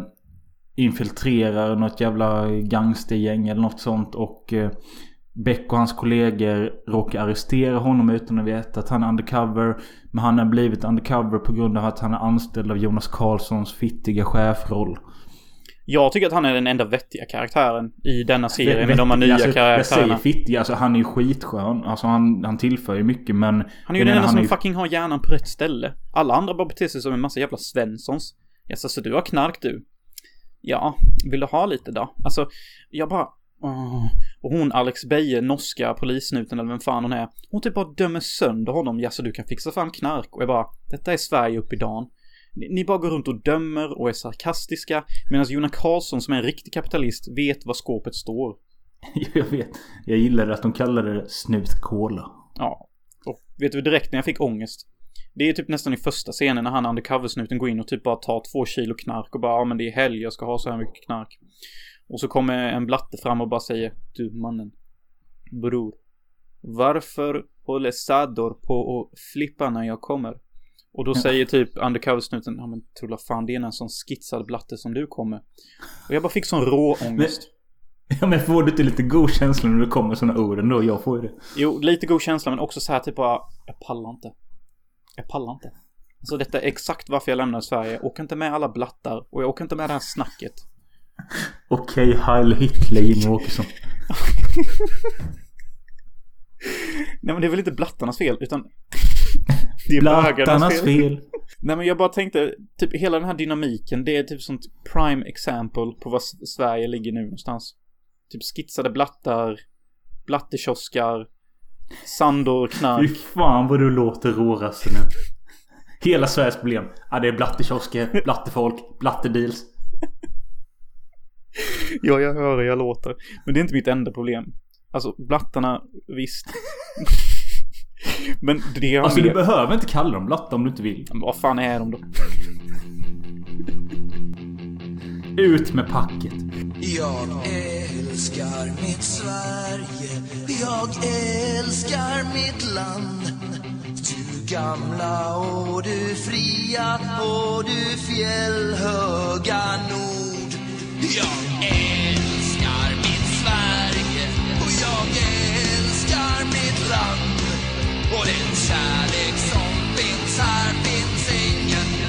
infiltrerar något jävla gangstergäng eller något sånt. Och Beck och hans kollegor råkar arrestera honom utan att veta att han är undercover. Men han har blivit undercover på grund av att han är anställd av Jonas Karlssons fittiga chefroll. Jag tycker att han är den enda vettiga karaktären i denna serie med de här nya karaktärerna. Jag säger fittig, alltså han är ju skitskön. Alltså han tillför ju mycket, men han är ju den enda som fucking har hjärnan på rätt ställe. Alla andra bara beter sig som en massa jävla Svenssons. Yes, alltså du har knark du. Ja, vill du ha lite då? Alltså, jag bara... Och hon Alex Beje, norska polissnuten eller vem fan hon är, hon typ bara dömer sönder honom. Ja, så du kan fixa fram knark. Och jag bara, detta är Sverige upp i dagen. Ni bara går runt och dömer och är sarkastiska, medan Jonas Karlsson som är en riktig kapitalist vet vad skåpet står. Jag vet. Jag gillar att de kallar det snutkåla. Ja. Och vet du direkt när jag fick ångest? Det är typ nästan i första scenen när han undercover-snuten går in och typ bara tar 2 kilo knark och bara, ja men det är helg, jag ska ha så här mycket knark. Och så kommer en blatte fram och bara säger, du mannen, bror, varför håller Sador på att flippa när jag kommer? Och då säger typ undercover-snuten, ja men trulla fan, det är en sån skitsad blatte som du kommer. Och jag bara fick sån rå ångest. Ja, men får du inte lite god känsla när du kommer såna orden då? Jag får ju det. Jo, lite god känsla, men också så här typ bara, jag pallar inte. Alltså detta är exakt varför jag lämnar Sverige. Jag åker inte med alla blattar och jag åker inte med det här snacket. Okej, Heil Hitler, Jimmy Åkesson. Nej, men det är väl inte blattarnas fel, utan det är blattarnas fel. Nej, men jag bara tänkte, typ hela den här dynamiken, det är typ sånt prime example på vad Sverige ligger nu någonstans. Typ skitsade blattar, blattekioskar, Sandor, knark. Fy fan vad du låter råraste nu. Hela Sveriges problem. Ja, det är blattekiosker, blattefolk, blattedeals. Ja, jag hör hur jag låter. Men det är inte mitt enda problem. Alltså, blattarna, visst. Men det är alltså, du behöver inte kalla dem blatta om du inte vill. Men vad fan är de då? Ut med packet. Jag älskar mitt Sverige. Jag älskar mitt land. Du gamla och du fria på du fjällhöga nord. Jag älskar mitt Sverige och jag älskar mitt land. Och den kärlek som finns här finns ingen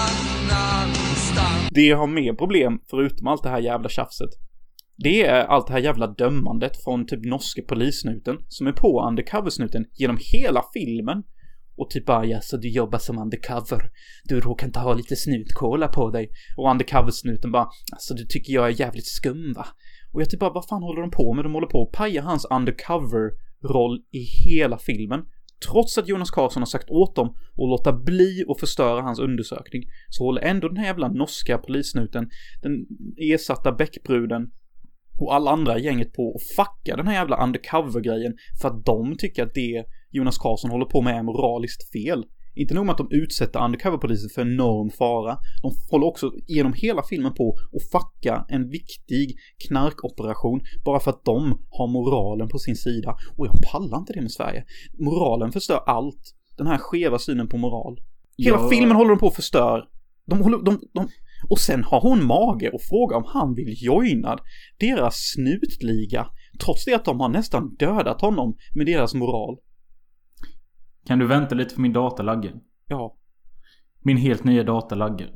annanstans. Det har mer problem, förutom allt det här jävla tjafset. Det är allt det här jävla dömandet från typ norska polissnuten som är på undercover-snuten genom hela filmen. Och typ bara, ja, så du jobbar som undercover. Du råkar inte ha lite snutkola på dig. Och undercover-snuten bara, alltså du tycker jag är jävligt skum, va? Och jag typ bara, vad fan håller de på med? De håller på att paja hans undercover-roll i hela filmen. Trots att Jonas Karlsson har sagt åt dem att låta bli och förstöra hans undersökning, så håller ändå den här jävla norska polissnuten, den ersatta Beckbruden och alla andra i gänget på att fucka den här jävla undercover-grejen för att de tycker att det Jonas Karlsson håller på med är moraliskt fel. Inte nog med att de utsätter undercover-polisen för enorm fara, de håller också genom hela filmen på att fucka en viktig knarkoperation bara för att de har moralen på sin sida. Och jag pallar inte det med Sverige. Moralen förstör allt. Den här skeva synen på moral. Hela filmen håller de på att förstöra. Och sen har hon mage och frågar om han vill joina deras snutliga, trots det att de har nästan dödat honom med deras moral. Kan du vänta lite för min datalagger? Ja. Min helt nya datalagger.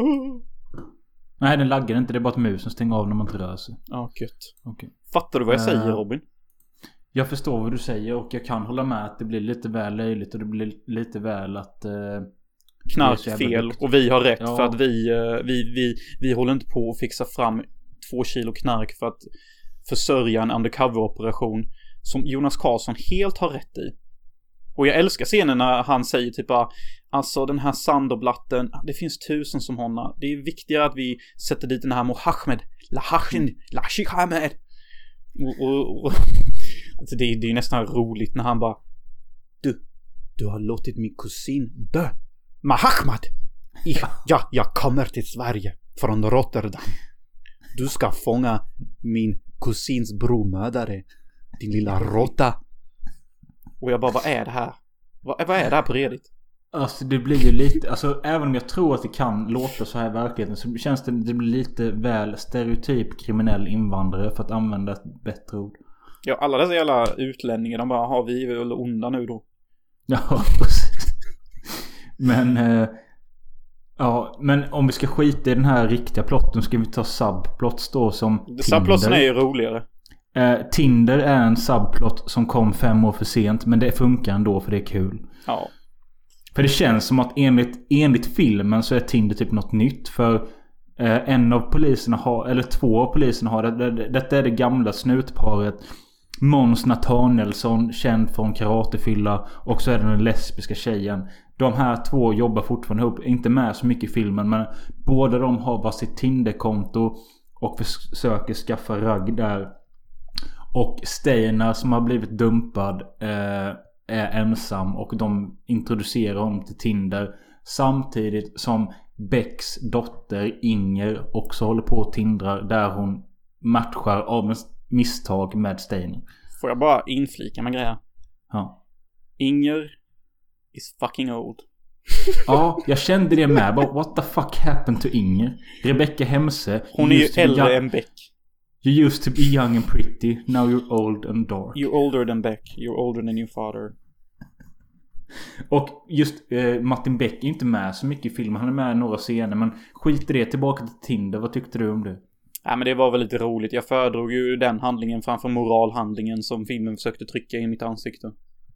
Nej, den laggar inte. Det är bara att musen stänger av när man inte rör sig. Ja, gött. Okay. Fattar du vad jag säger, Robin? Jag förstår vad du säger och jag kan hålla med att det blir lite väl löjligt och det blir lite väl att... knarkfel och vi har rätt, ja. För att vi håller inte på att fixa fram 2 kilo knark för att försörja en undercover-operation som Jonas Karlsson helt har rätt i. Och jag älskar scenen när han säger typ alltså den här Sanderblatten, det finns 1000 som honom. Det är viktigare att vi sätter dit den här Mohammed Lahmed. Och alltså det är nästan roligt när han bara du har låtit min kusin dö. Mahmoud. Ja, jag kommer till Sverige från Rotterdam. Du ska fånga min kusins bromördare, din lilla råtta. Och jag bara, vad är det här? Vad är det här på redigt? Alltså det blir ju lite, alltså även om jag tror att det kan låta så här i verkligheten, så känns det blir lite väl stereotyp kriminell invandrare, för att använda ett bättre ord. Ja, alla dessa jävla utlänningar, de bara, har vi väl onda nu då? Ja, precis. Men men om vi ska skita i den här riktiga plotten, ska vi ta subplots då som subplotsen är ju roligare. Tinder är en subplot som kom 5 år för sent, men det funkar ändå för det är kul. Ja. För det känns som att enligt filmen så är Tinder typ något nytt. För en av poliserna har, eller 2 av poliserna har detta är det gamla snutparet Måns Nathanielsson, känd från karatefylla, och så är det den lesbiska tjejen. De här 2 jobbar fortfarande ihop, inte med så mycket i filmen, men båda de har bara sitt Tinder-konto och försöker skaffa ragg där. Och Steinar som har blivit dumpad är ensam, och de introducerar honom till Tinder samtidigt som Becks dotter Inger också håller på att tindra, där hon matchar av en misstag med Steinar. Får jag bara inflika med grejer? Ja. Inger is fucking old. Ja, jag kände det med. But what the fuck happened to Inger? Rebecca Hemse. Hon är ju äldre än Beck. You used to be young and pretty. Now you're old and dark. You're older than Beck. You're older than your father. Och just Martin Beck är inte med så mycket i filmen. Han är med i några scener. Men skit i det. Tillbaka till Tinder. Vad tyckte du om det? Ja, men det var väl lite roligt. Jag föredrog ju den handlingen framför moralhandlingen som filmen försökte trycka i mitt ansikte.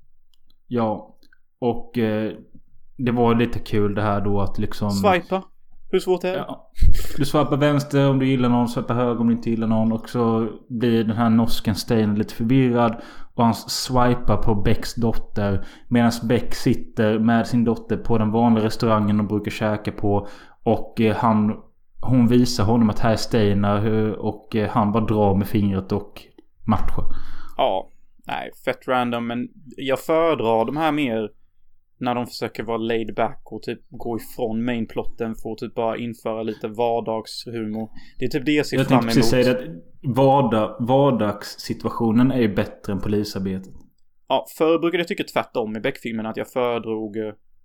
Ja. Och det var lite kul det här då att liksom... Swipa. Hur svårt är det? Ja. Du swipar vänster om du gillar någon, swipar höger om du inte gillar någon, och så blir den här norsken Stein lite förvirrad och han swipar på Becks dotter medan Beck sitter med sin dotter på den vanliga restaurangen de brukar käka på, och hon visar honom att här är Steinar, och han bara drar med fingret och matchar. Ja, nej, fett random, men jag föredrar de här mer när de försöker vara laid back och typ gå ifrån mainplotten för att typ bara införa lite vardagshumor. Det är typ det jag ser fram emot. Jag tänkte säga att vardagssituationen är ju bättre än polisarbetet. Ja, förr brukade jag tycka tvärtom i Beck-filmen, att jag föredrog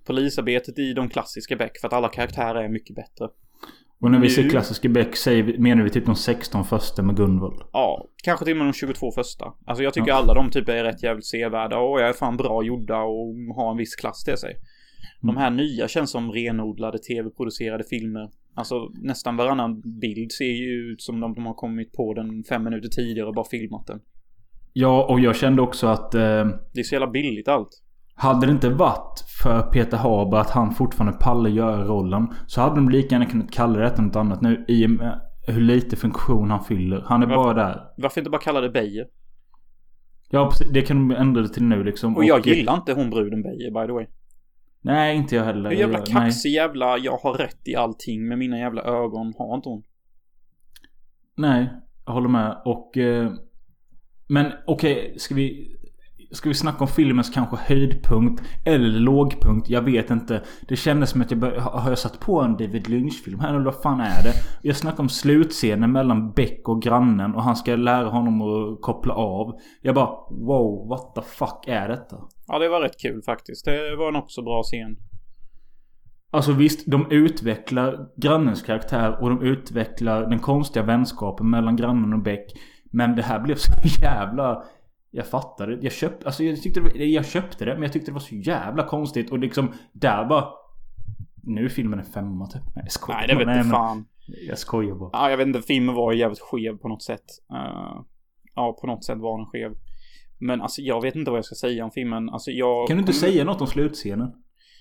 polisarbetet i de klassiska Beck, för att alla karaktärer är mycket bättre. Och när vi ser klassiska Beck menar vi typ de 16 första med Gunvald. Ja, kanske till och med de 22 första. Alltså jag tycker alla de typ är rätt jävligt sevärda och är fan bra gjorda och har en viss klass till sig. De här nya känns som renodlade tv-producerade filmer. Alltså nästan varannan bild ser ju ut som de har kommit på den 5 minuter tidigare och bara filmat den. Ja, och jag kände också att det är så jävla billigt allt. Hade det inte varit för Peter Haber att han fortfarande pallar göra rollen, så hade de lika gärna kunnat kalla det något annat nu, i och med hur lite funktion han fyller. Han är bara där. Varför inte bara kalla det Beijer? Ja, precis, det kan de ändra det till nu liksom. Och jag gillar inte hon bruden Beijer, by the way. Nej, inte jag heller. Hur jävla kaxig jävla jag har rätt i allting med mina jävla ögon har inte hon. Nej, jag håller med. Och men okej, ska vi snacka om filmens kanske höjdpunkt eller lågpunkt? Jag vet inte. Det kändes som att har jag satt på en David Lynch-film här, eller vad fan är det? Jag snackar om slutscenen mellan Beck och grannen, och han ska lära honom att koppla av. Jag bara, wow, what the fuck är detta? Ja, det var rätt kul faktiskt. Det var en också bra scen. Alltså visst, de utvecklar grannens karaktär och de utvecklar den konstiga vänskapen mellan grannen och Beck. Men det här blev så jävla... Jag fattade det. Jag köpte det, men jag tyckte det var så jävla konstigt. Och liksom, där bara... Nu är filmen en 5 typ. Nej, jag skojar. Nej, det vet inte fan. Jag skojar bara. Ja, jag vet inte. Filmen var jävligt skev på något sätt. Ja, på något sätt var den skev. Men alltså, jag vet inte vad jag ska säga om filmen. Alltså, Kan du inte säga något om slutscenen?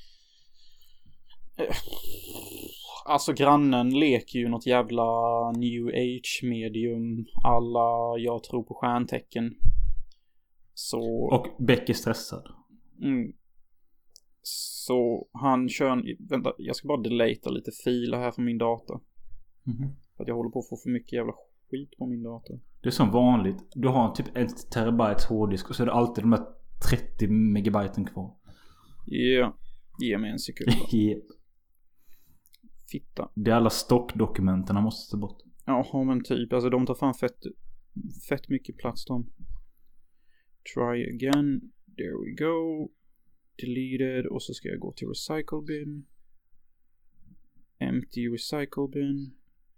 Alltså, grannen leker ju något jävla new age medium. Alla jag tror på stjärntecken. Så... Och Beck är stressad. Så han kör... Vänta, jag ska bara delata lite filer här från min dator. För att jag håller på att få för mycket jävla skit på min dator. Det är som vanligt. Du har typ 1 terabyte hårddisk och så är det alltid de här 30 megabyten kvar. Ja, ge mig en sekund. Yep. Fitta. Det är alla stockdokumenten man måste ta bort. Ja, men typ. Alltså de tar fan fett mycket plats de. Try again. There we go. Deleted. Och så ska jag gå till recycle bin. Empty recycle bin.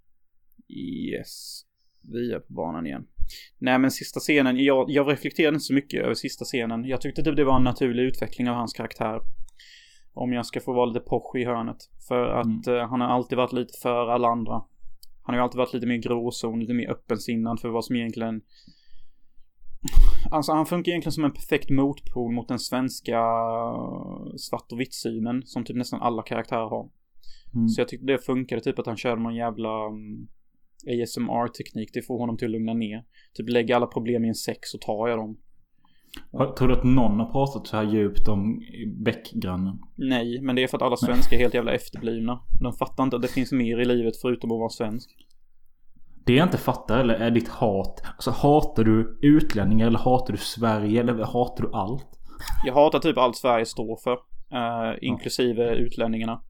Yes. Vi är på banan igen. Nej, men sista scenen. Jag reflekterade inte så mycket över sista scenen. Jag tyckte typ det var en naturlig utveckling av hans karaktär. Om jag ska få vara lite posh i hörnet. För att han har alltid varit lite för alla andra. Han har ju alltid varit lite mer gråzon. Lite mer öppensinnad för vad som egentligen... Alltså han funkar egentligen som en perfekt motpol mot den svenska svart- och vitt-synen som typ nästan alla karaktärer har. Så jag tyckte det funkade typ att han körde någon jävla ASMR-teknik. Det får honom till att lugna ner. Typ lägga alla problem i en säck så tar jag dem. Tror du att någon har pratat så här djupt om Beck-grannen? Nej, men det är för att alla svenskar är helt jävla efterblivna. De fattar inte att det finns mer i livet förutom att vara svensk. Det jag inte fattar eller är ditt hat. Alltså hatar du utlänningar eller hatar du Sverige eller hatar du allt? Jag hatar typ allt Sverige står för. Inklusive utlänningarna.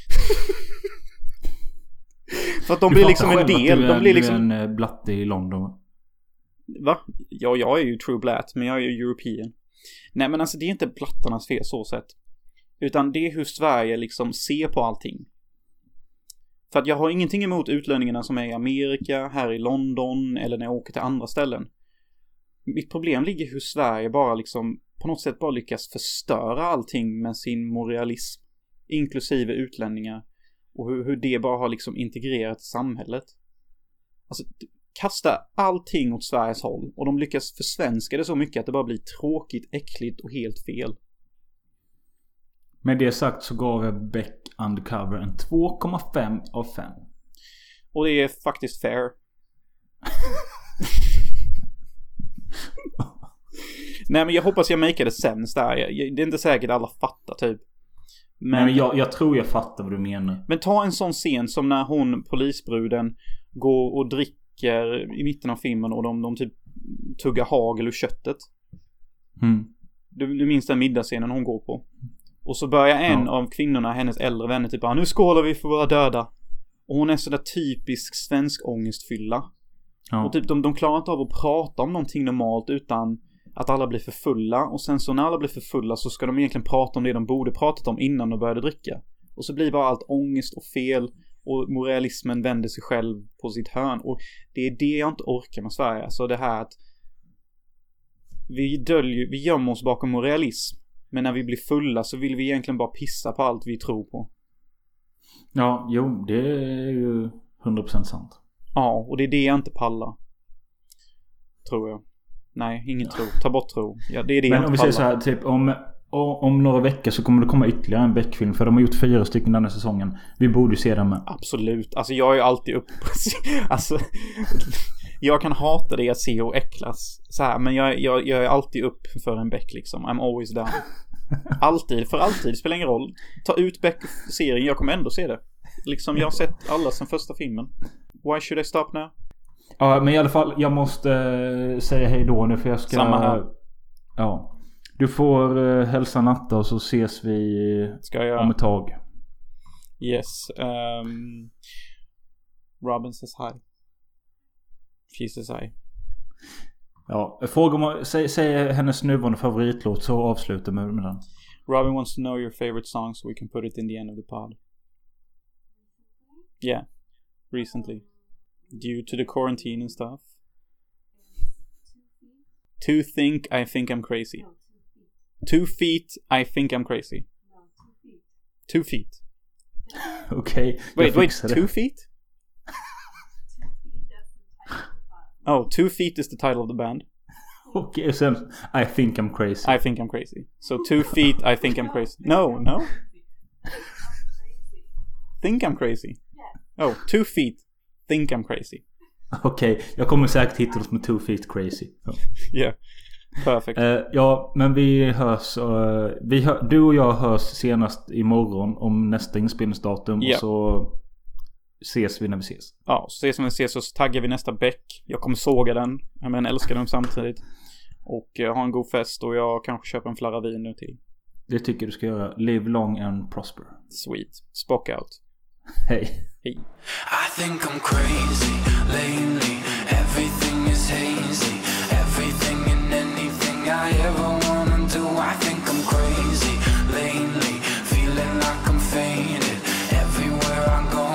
För att de blir liksom en del. De blir liksom en blatte i London. Va? Ja, jag är ju true blatt, men jag är ju European. Nej, men alltså det är inte blattarnas fel så sett. Utan det är hur Sverige liksom ser på allting. För att jag har ingenting emot utlänningarna som är i Amerika, här i London eller när jag åker till andra ställen. Mitt problem ligger hur Sverige bara liksom på något sätt bara lyckas förstöra allting med sin moralism. Inklusive utlänningar. Och hur det bara har liksom integrerat i samhället. Alltså kasta allting åt Sveriges håll. Och de lyckas försvenska det så mycket att det bara blir tråkigt, äckligt och helt fel. Med det sagt så gav jag Beck Undercover en 2,5 av 5. Och det är faktiskt fair. Nej, men jag hoppas jag makeade sämst där. Det är inte säkert alla fattar typ. Men jag tror jag fattar vad du menar. Men ta en sån scen som när hon, polisbruden, går och dricker i mitten av filmen och de typ tuggar hagel ur köttet. Du minns den middagsscenen hon går på. Och så börjar en av kvinnorna, hennes äldre vänner, typ nu skålar vi för våra döda. Och hon är sådär typisk svensk ångestfylla. Och typ de klarar inte av att prata om någonting normalt utan att alla blir för fulla. Och sen så när alla blir för fulla så ska de egentligen prata om det de borde pratat om innan de började dricka. Och så blir bara allt ångest och fel. Och moralismen vänder sig själv på sitt hörn. Och det är det jag inte orkar med Sverige. Alltså det här att vi gömmer oss bakom moralism. Men när vi blir fulla så vill vi egentligen bara pissa på allt vi tror på. Ja, jo, det är ju 100% sant. Ja, och det är det jag inte pallar. Tror jag. Nej, ingen tro. Ta bort tro. Ja, det är det. Men om vi säger så här, typ om några veckor så kommer det komma ytterligare en Beck-film. För de har gjort 4 stycken den här säsongen. Vi borde ju se den med. Absolut. Alltså jag är ju alltid upp. Alltså jag kan hata det jag ser och äcklas så här, men jag är alltid upp för en Beck liksom. I'm always down. Alltid, för alltid. Det spelar ingen roll. Ta ut Beck-serien, jag kommer ändå se det. Liksom jag har sett alla sen första filmen. Why should I stop now? Ja, men i alla fall, jag måste säga hej då nu för jag ska... Samma här. Ja. Du får hälsa Natta och så ses vi om ett tag. Yes. Robin says hi. She says hi. Ja, fråga säg hennes nuvarande favoritlåt så avslutar med den. Robin wants to know your favorite song so we can put it in the end of the pod. Yeah. Recently. Due to the quarantine and stuff. 2 think I think I'm crazy. 2 feet I think I'm crazy. 2 feet. Okay. Wait, 2 feet? Oh, 2 feet is the title of the band. Okay, so I think I'm crazy. I think I'm crazy. So 2 feet I think I'm crazy. No. Think I'm crazy. Oh, 2 feet think I'm crazy. Okej, jag kommer säkert hitta något med 2 feet crazy. Yeah. Perfect. Ja, men vi hörs. Du och jag hörs senast imorgon om nästa inspelningsdatum. Yeah. Och så ses vi när vi ses. Ja, så ses vi när vi ses och så taggar vi nästa Beck. Jag kommer såga den. Men älskar den samtidigt. Och ha en god fest. Och jag kanske köper en flarra vin nu till. Det tycker du ska göra. Live long and prosper. Sweet. Spock out. Hej. Hej. I think I'm crazy lately. Everything is hazy. Everything and anything I ever wanna do. I think I'm crazy lately. Feeling like I'm faded everywhere I go.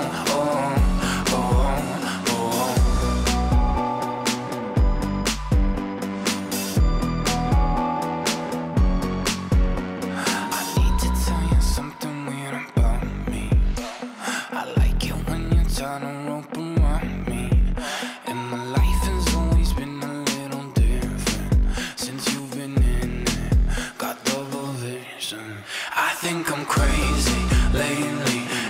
I need to tell you something weird about me. I like it when you turn a rope around me. And my life has always been a little different since you've been in it. Got double vision. I think I'm crazy lately.